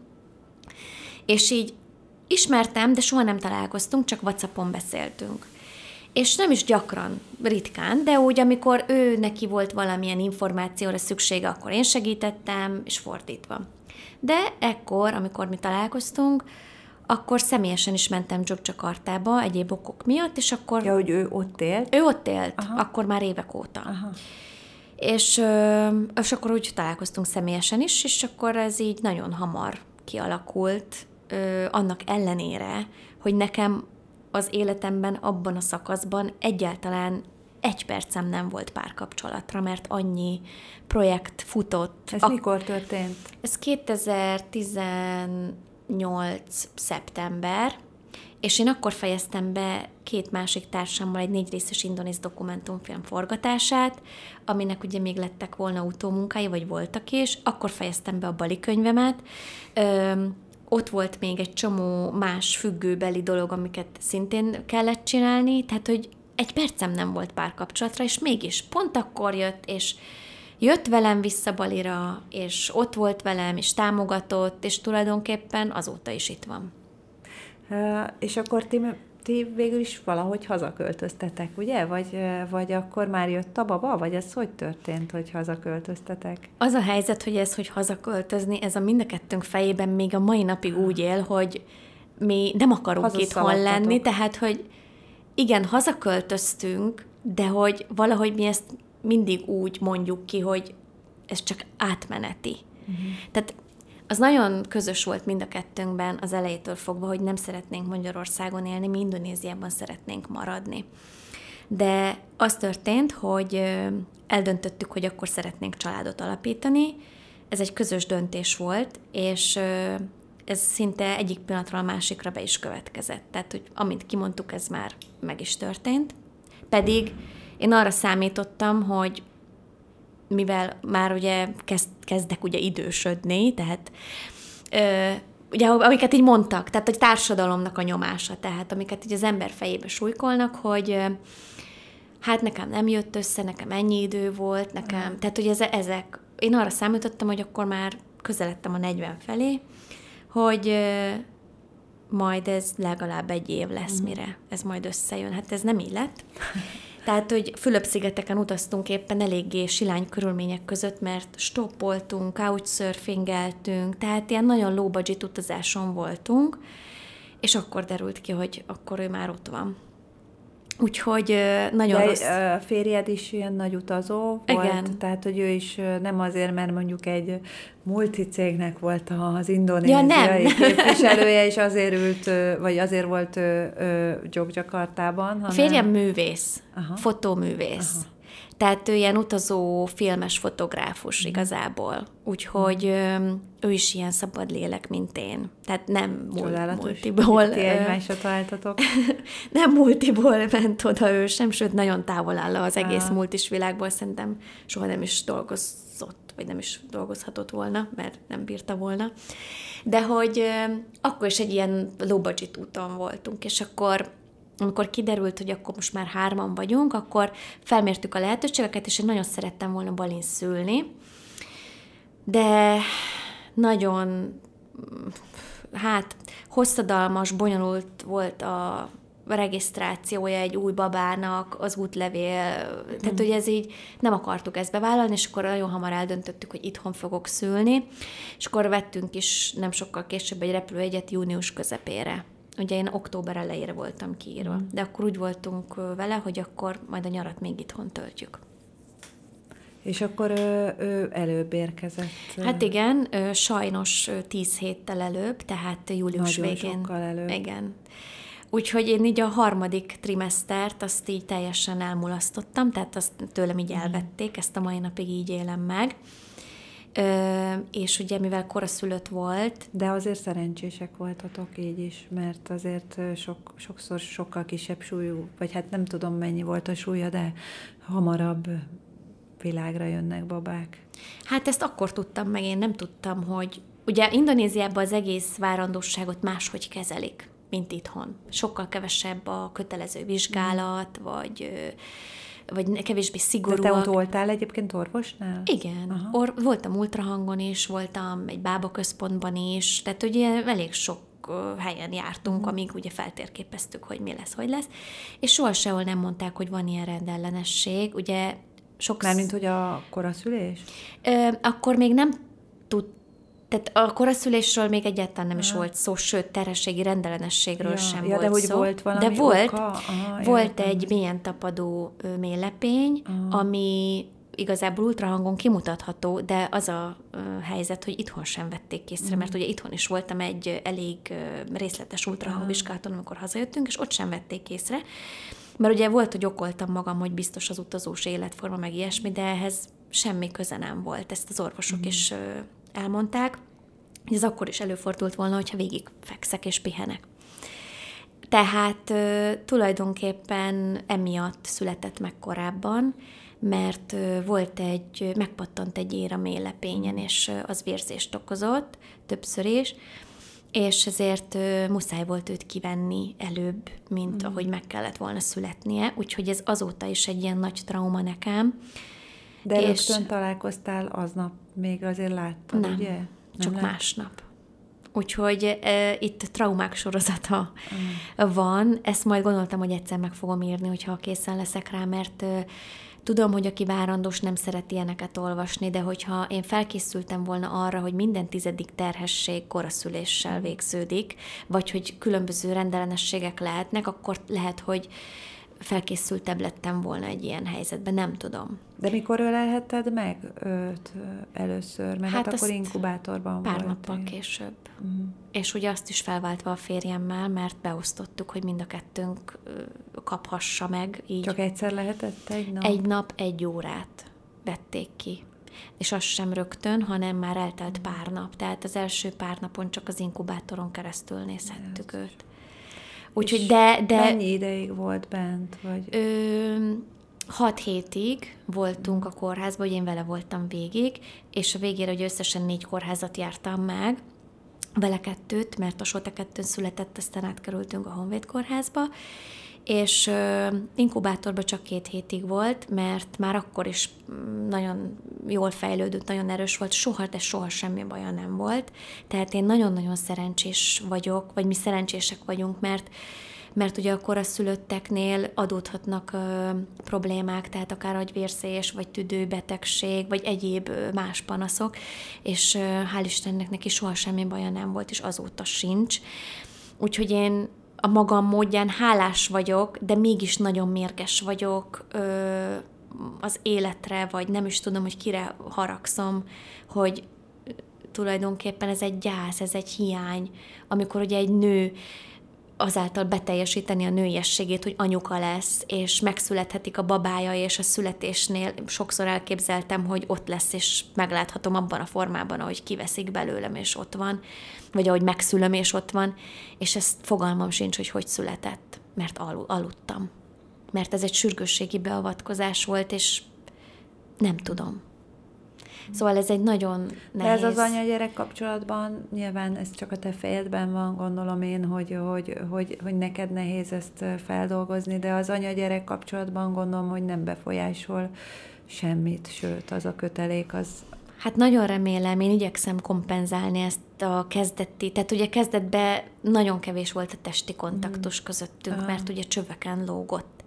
És így ismertem, de soha nem találkoztunk, csak WhatsAppon beszéltünk. És nem is gyakran, ritkán, de úgy, amikor ő neki volt valamilyen információra szüksége, akkor én segítettem, és fordítva. De ekkor, amikor mi találkoztunk, akkor személyesen is mentem Jogjakartába egyéb okok miatt, és akkor... Ja, hogy ő ott élt? Ő ott élt, Aha. akkor már évek óta. Aha. És, és akkor úgy találkoztunk személyesen is, és akkor ez így nagyon hamar kialakult, annak ellenére, hogy nekem az életemben abban a szakaszban egyáltalán egy percem nem volt párkapcsolatra, mert annyi projekt futott. Ez a... mikor történt? Ez kétezer-tizennyolc szeptember, és én akkor fejeztem be két másik társammal egy négy részes indonéz dokumentumfilm forgatását, aminek ugye még lettek volna utómunkái, vagy voltak is. Akkor fejeztem be a Bali könyvemet. Öm, ott volt még egy csomó más függőbeli dolog, amiket szintén kellett csinálni, tehát, hogy egy percem nem volt párkapcsolatra, és mégis pont akkor jött, és jött velem vissza Balira, és ott volt velem, és támogatott, és tulajdonképpen azóta is itt van. Uh, és akkor ti, ti végül is valahogy hazaköltöztetek, ugye? Vagy, vagy akkor már jött a baba? Vagy ez hogy történt, hogy hazaköltöztetek? Az a helyzet, hogy ez, hogy hazaköltözni, ez a mind a kettőnk fejében még a mai napig úgy él, hogy mi nem akarunk itthon lenni, tehát, hogy igen, hazaköltöztünk, de hogy valahogy mi ezt mindig úgy mondjuk ki, hogy ez csak átmeneti. Uh-huh. Tehát az nagyon közös volt mind a kettőnkben az elejétől fogva, hogy nem szeretnénk Magyarországon élni, mi Indonéziában szeretnénk maradni. De az történt, hogy eldöntöttük, hogy akkor szeretnénk családot alapítani. Ez egy közös döntés volt, és ez szinte egyik pillanatról a másikra be is következett. Tehát, hogy amint kimondtuk, ez már meg is történt. Pedig én arra számítottam, hogy mivel már ugye kezd, kezdek ugye idősödni, tehát ö, ugye amiket így mondtak, tehát hogy társadalomnak a nyomása, tehát amiket így az ember fejébe súlykolnak, hogy ö, hát nekem nem jött össze, nekem ennyi idő volt, nekem, tehát hogy ez, ezek, én arra számítottam, hogy akkor már közeledtem a negyven felé, hogy ö, majd ez legalább egy év lesz, mire ez majd összejön. Hát ez nem így lett. Tehát, hogy Fülöp-szigeteken utaztunk éppen eléggé silány körülmények között, mert stoppoltunk, couchsurfingeltünk, tehát ilyen nagyon low budget utazáson voltunk, és akkor derült ki, hogy akkor ő már ott van. Úgyhogy nagyon De rossz. a férjed is ilyen nagy utazó volt? Igen. Tehát, hogy ő is nem azért, mert mondjuk egy multicégnek volt az indonéziai ja, képviselője, és azért ült, vagy azért volt Jogjakartában, hanem... A férjem művész, Aha. fotóművész. Aha. Tehát ő ilyen utazó, filmes fotográfus igazából. Úgyhogy ő is ilyen szabad lélek, mint én. Tehát nem Csodálatos. multiból. Ti egymásra találtatok. Nem multiból ment oda ő sem, sőt, nagyon távol áll az egész Ah. multis világból. Szerintem soha nem is dolgozott, vagy nem is dolgozhatott volna, mert nem bírta volna. De hogy akkor is egy ilyen low budget úton voltunk, és akkor amikor kiderült, hogy akkor most már hárman vagyunk, akkor felmértük a lehetőségeket, és én nagyon szerettem volna Balin szülni, de nagyon, hát, hosszadalmas, bonyolult volt a regisztrációja egy új babának, az útlevél, mm. tehát, hogy ez így nem akartuk ezt bevállalni, és akkor nagyon hamar eldöntöttük, hogy itthon fogok szülni, és akkor vettünk is nem sokkal később egy repülőjegyet június közepére. Ugye én október elejére voltam kiírva, mm. de akkor úgy voltunk vele, hogy akkor majd a nyarat még itthon töltjük. És akkor ő, ő előbb érkezett? Hát igen, sajnos tíz héttel előbb, tehát július Nagyon végén. sokkal előbb. Igen. Úgyhogy én így a harmadik trimesztert azt így teljesen elmulasztottam, tehát azt tőlem így elvették, ezt a mai napig így élem meg. Ö, és ugye, mivel koraszülött volt... De azért szerencsések voltatok így is, mert azért sok, sokszor sokkal kisebb súlyú, vagy hát nem tudom mennyi volt a súlya, de hamarabb világra jönnek babák. Hát ezt akkor tudtam meg, én nem tudtam, hogy... Ugye Indonéziában az egész várandóságot máshogy kezelik, mint itthon. Sokkal kevesebb a kötelező vizsgálat, vagy... vagy kevésbé szigorúak. De te ott voltál egyébként orvosnál? Igen. Or- voltam ultrahangon is, voltam egy bábaközpontban is, tehát ugye elég sok helyen jártunk, uh-huh. amíg ugye feltérképeztük, hogy mi lesz, hogy lesz, és soha sehol nem mondták, hogy van ilyen rendellenesség. Ugye sok... Mármint, hogy a koraszülés? Ö, akkor még nem tud Tehát a koraszülésről még egyáltalán nem is volt szó, sőt, terhességi rendellenességről ja, sem ja, volt de hogy szó. volt valami de volt, oka? Aha, volt értem. egy mélyen tapadó mélylepény, Aha. ami igazából ultrahangon kimutatható, de az a helyzet, hogy itthon sem vették észre, mm. mert ugye itthon is voltam egy elég részletes ultrahangvizsgálaton, amikor hazajöttünk, és ott sem vették észre, mert ugye volt, hogy okoltam magam, hogy biztos az utazós életforma, meg ilyesmi, de ehhez semmi köze nem volt. Ezt az orvosok mm. is elmondták, hogy ez akkor is előfordult volna, hogyha végig fekszek és pihenek. Tehát tulajdonképpen emiatt született meg korábban, mert volt egy, megpattant egy ér a mélylepényen, és az vérzést okozott, többször is, és ezért muszáj volt őt kivenni előbb, mint mm. ahogy meg kellett volna születnie, úgyhogy ez azóta is egy ilyen nagy trauma nekem. és De rögtön találkoztál aznap, még azért láttad, nem, ugye? Nem, csak lát? másnap. Úgyhogy e, itt traumák sorozata mm. van. Ezt majd gondoltam, hogy egyszer meg fogom írni, hogyha készen leszek rá, mert e, tudom, hogy aki várandós nem szeret ilyeneket olvasni, de hogyha én felkészültem volna arra, hogy minden tizedik terhesség koraszüléssel végződik, vagy hogy különböző rendellenességek lehetnek, akkor lehet, hogy felkészültebb lettem volna egy ilyen helyzetben, nem tudom. De mikor ölelhetted meg őt először? Mert hát, hát akkor inkubátorban pár volt. nappal később. Uh-huh. És ugye azt is felváltva a férjemmel, mert beosztottuk, hogy mind a kettőnk kaphassa meg. Így. Csak egyszer lehetett egy nap? Egy nap, egy órát vették ki. És az sem rögtön, hanem már eltelt pár nap. Tehát az első pár napon csak az inkubátoron keresztül nézhettük őt. Úgyhogy de, de... Mennyi ideig volt bent? Vagy? Ö, hat hétig voltunk a kórházban, hogy én vele voltam végig, és a végére, hogy összesen négy kórházat jártam meg, vele kettőt, mert a Sote kettőn született, aztán átkerültünk a Honvéd kórházba, és ö, inkubátorban csak két hétig volt, mert már akkor is nagyon jól fejlődött, nagyon erős volt, soha, de soha semmi baja nem volt. Tehát én nagyon-nagyon szerencsés vagyok, vagy mi szerencsések vagyunk, mert mert ugye a koraszülötteknél adódhatnak ö, problémák, tehát akár agyvérszés, vagy tüdőbetegség, vagy egyéb ö, más panaszok, és ö, hál' Istennek neki soha semmi baja nem volt, és azóta sincs. Úgyhogy én a magam módján hálás vagyok, de mégis nagyon mérges vagyok ö, az életre, vagy nem is tudom, hogy kire haragszom, hogy tulajdonképpen ez egy gyász, ez egy hiány, amikor ugye egy nő azáltal beteljesíteni a nőiességét, hogy anyuka lesz, és megszülethetik a babája, és a születésnél sokszor elképzeltem, hogy ott lesz, és megláthatom abban a formában, ahogy kiveszik belőlem, és ott van, vagy ahogy megszülöm, és ott van, és ezt fogalmam sincs, hogy hogy született, mert al- aludtam. Mert ez egy sürgősségi beavatkozás volt, és nem tudom. Szóval ez egy nagyon nehéz. De ez az anya-gyerek kapcsolatban, nyilván ez csak a te fejedben van, gondolom én, hogy, hogy, hogy, hogy neked nehéz ezt feldolgozni, de az anya-gyerek kapcsolatban gondolom, hogy nem befolyásol semmit, sőt, az a kötelék az... Hát nagyon remélem, én igyekszem kompenzálni ezt a kezdeti, tehát ugye kezdetben nagyon kevés volt a testi kontaktus közöttünk, ah. mert ugye csöveken lógott.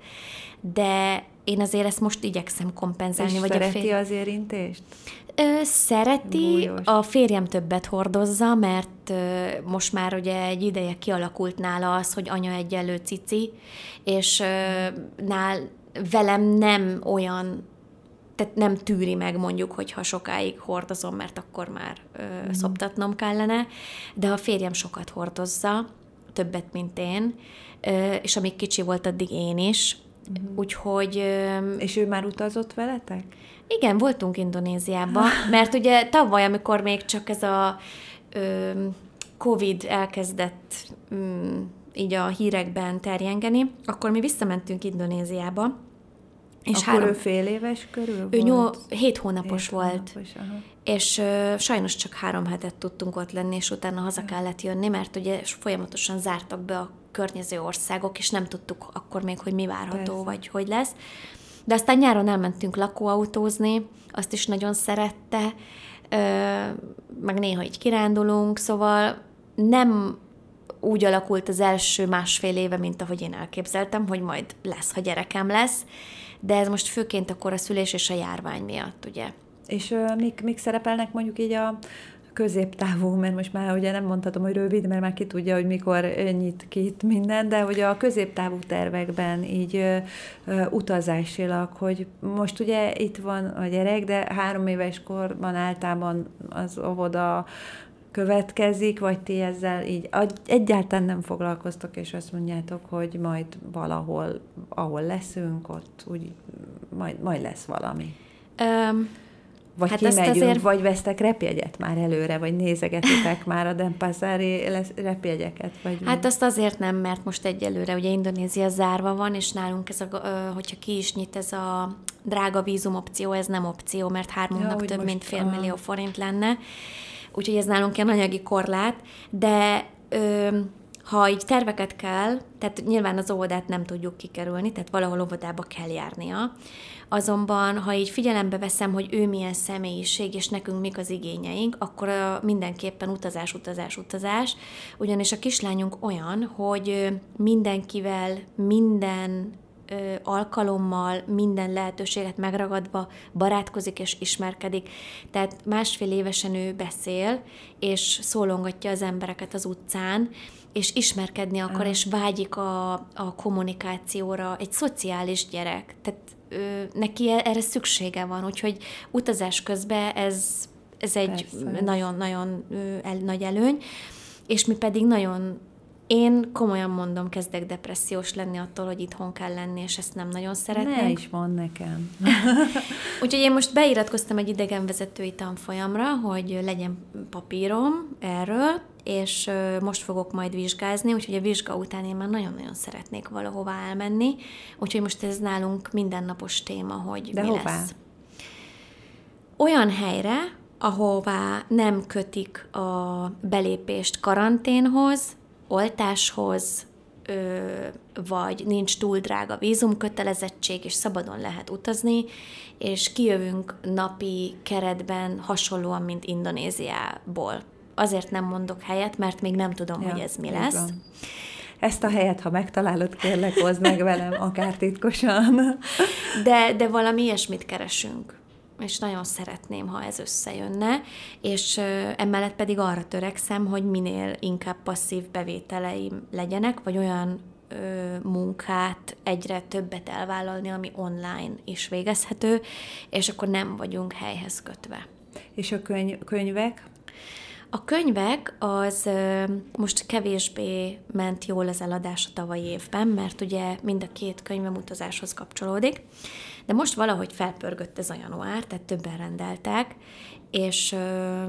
De én azért ezt most igyekszem kompenzálni. És vagy szereti a fér... az érintést? Ö, szereti, Bújos. A férjem többet hordozza, mert ö, most már ugye egy ideje kialakult nála az, hogy anya egyenlő cici, és ö, nál, velem nem olyan, tehát nem tűri meg mondjuk, hogyha sokáig hordozom, mert akkor már ö, mm. szoptatnom kellene, de a férjem sokat hordozza, többet, mint én, ö, és amíg kicsi volt, addig én is. Mm. Úgyhogy... Ö, és ő már utazott veletek? Igen, voltunk Indonéziában, mert ugye tavaly, amikor még csak ez a ö, Covid elkezdett ö, így a hírekben terjengeni, akkor mi visszamentünk Indonéziába. És akkor három, ő fél éves körül ő volt? Nyol, hét hónapos hét volt. Hónapos, aha. És ö, sajnos csak három hetet tudtunk ott lenni, és utána haza kellett jönni, mert ugye folyamatosan zártak be a környező országok, és nem tudtuk akkor még, hogy mi várható, Persze. vagy hogy lesz. De aztán nyáron elmentünk lakóautózni, azt is nagyon szerette, ö, meg néha így kirándulunk, szóval nem úgy alakult az első másfél éve, mint ahogy én elképzeltem, hogy majd lesz, ha gyerekem lesz, de ez most főként akkor a szülés és a járvány miatt, ugye. És ö, mik, mik szerepelnek mondjuk így a középtávú, mert most már ugye nem mondhatom, hogy rövid, mert már ki tudja, hogy mikor nyit ki itt minden, de hogy a középtávú tervekben így ö, ö, utazásilag, hogy most ugye itt van a gyerek, de három éves korban általában az óvoda következik, vagy ti ezzel így egyáltalán nem foglalkoztok, és azt mondjátok, hogy majd valahol, ahol leszünk, ott úgy majd, majd lesz valami. Um, vagy hát kimegyünk, azért... vagy vesztek repjegyet már előre, vagy nézegetitek már a Denpasari repjegyeket? Vagy hát mi? Azt azért nem, mert most egyelőre ugye Indonézia zárva van, és nálunk ez a, hogyha ki is nyit ez a drága vízum opció, ez nem opció, mert hármunknak ja, több mint fél millió forint lenne. Úgyhogy ez nálunk ilyen anyagi korlát, de ö, ha így terveket kell, tehát nyilván az óvodát nem tudjuk kikerülni, tehát valahol óvodába kell járnia, azonban, ha így figyelembe veszem, hogy ő milyen személyiség, és nekünk mik az igényeink, akkor mindenképpen utazás, utazás, utazás, ugyanis a kislányunk olyan, hogy mindenkivel, minden alkalommal, minden lehetőséget megragadva barátkozik és ismerkedik. Tehát másfél évesen ő beszél, és szólongatja az embereket az utcán, és ismerkedni akar, és vágyik a, a kommunikációra. Egy szociális gyerek. Tehát ö, neki erre szüksége van, úgyhogy utazás közben ez, ez egy nagyon-nagyon el, nagy előny, és mi pedig nagyon Én komolyan mondom, kezdek depressziós lenni attól, hogy itthon kell lenni, és ezt nem nagyon szeretnénk. Ne is mondd nekem. Úgyhogy én most beiratkoztam egy idegenvezetői tanfolyamra, hogy legyen papírom erről, és most fogok majd vizsgázni, úgyhogy a vizsga után én már nagyon-nagyon szeretnék valahová elmenni. Úgyhogy most ez nálunk mindennapos téma, hogy De mi hová? lesz. Olyan helyre, ahová nem kötik a belépést karanténhoz, oltáshoz, ö, vagy nincs túl drága vízumkötelezettség, és szabadon lehet utazni, és kijövünk napi keretben hasonlóan, mint Indonéziából. Azért nem mondok helyet, mert még nem tudom, ja, hogy ez mi lesz. Van. Ezt a helyet, ha megtalálod, kérlek, hozd meg velem, akár titkosan. De, de valami ilyesmit keresünk. És nagyon szeretném, ha ez összejönne, és emellett pedig arra törekszem, hogy minél inkább passzív bevételeim legyenek, vagy olyan ö, munkát egyre többet elvállalni, ami online is végezhető, és akkor nem vagyunk helyhez kötve. És a könyv, könyvek? A könyvek az ö, most kevésbé ment jól az eladás a tavalyi évben, mert ugye mind a két könyvem utazáshoz kapcsolódik, de most valahogy felpörgött ez a január, tehát többen rendeltek, és ö,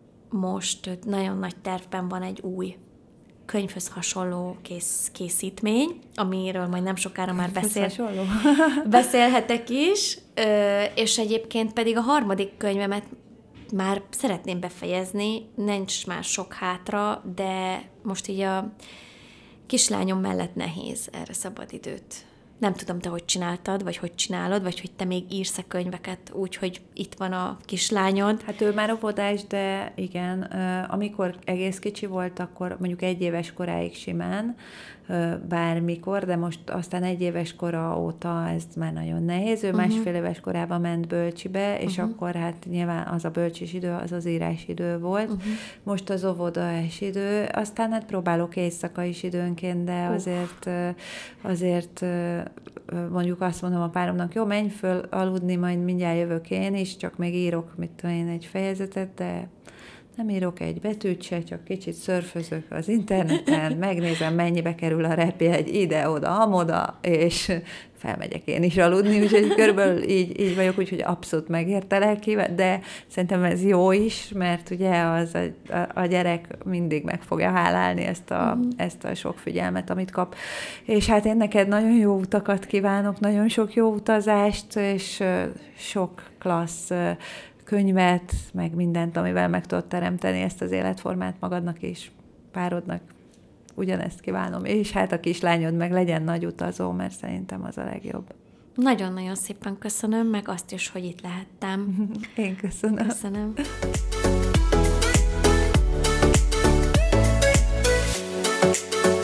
most nagyon nagy tervben van egy új könyvhöz hasonló kész, készítmény, amiről majd nem sokára már beszél, beszélhetek is, ö, és egyébként pedig a harmadik könyvemet már szeretném befejezni, nincs már sok hátra, de most így a kislányom mellett nehéz erre szabadidőt. Nem tudom, te hogy csináltad, vagy hogy csinálod, vagy hogy te még írsz-e könyveket úgy, hogy itt van a kislányod. Hát ő már óvodás, de igen, amikor egész kicsi volt, akkor mondjuk egy éves koráig simán, bármikor, de most aztán egy éves kora óta ez már nagyon nehéz. Ő uh-huh. másfél éves korában ment bölcsibe, és uh-huh. akkor hát nyilván az a bölcsis idő, az az írás idő volt. Uh-huh. Most az óvodás idő, aztán hát próbálok éjszaka is időnként, de uh. azért, azért mondjuk azt mondom a páromnak, jó, menj föl aludni, majd mindjárt jövök én is, csak még írok, mit tudom én, egy fejezetet, de nem írok egy betűt se, csak kicsit szörfözök az interneten, megnézem, mennyibe kerül a repjegy ide-oda, amoda, és felmegyek én is aludni, úgyhogy körülbelül így, így vagyok, úgyhogy abszolút megértelek ki, de szerintem ez jó is, mert ugye az a, a, a gyerek mindig meg fogja hálálni ezt a, mm. ezt a sok figyelmet, amit kap. És hát én neked nagyon jó utakat kívánok, nagyon sok jó utazást, és sok klassz könyvet, meg mindent, amivel meg tudod teremteni ezt az életformát magadnak és párodnak. Ugyanezt kívánom. És hát a kislányod meg legyen nagy utazó, mert szerintem az a legjobb. Nagyon-nagyon szépen köszönöm, meg azt is, hogy itt lehettem. Én köszönöm. Köszönöm.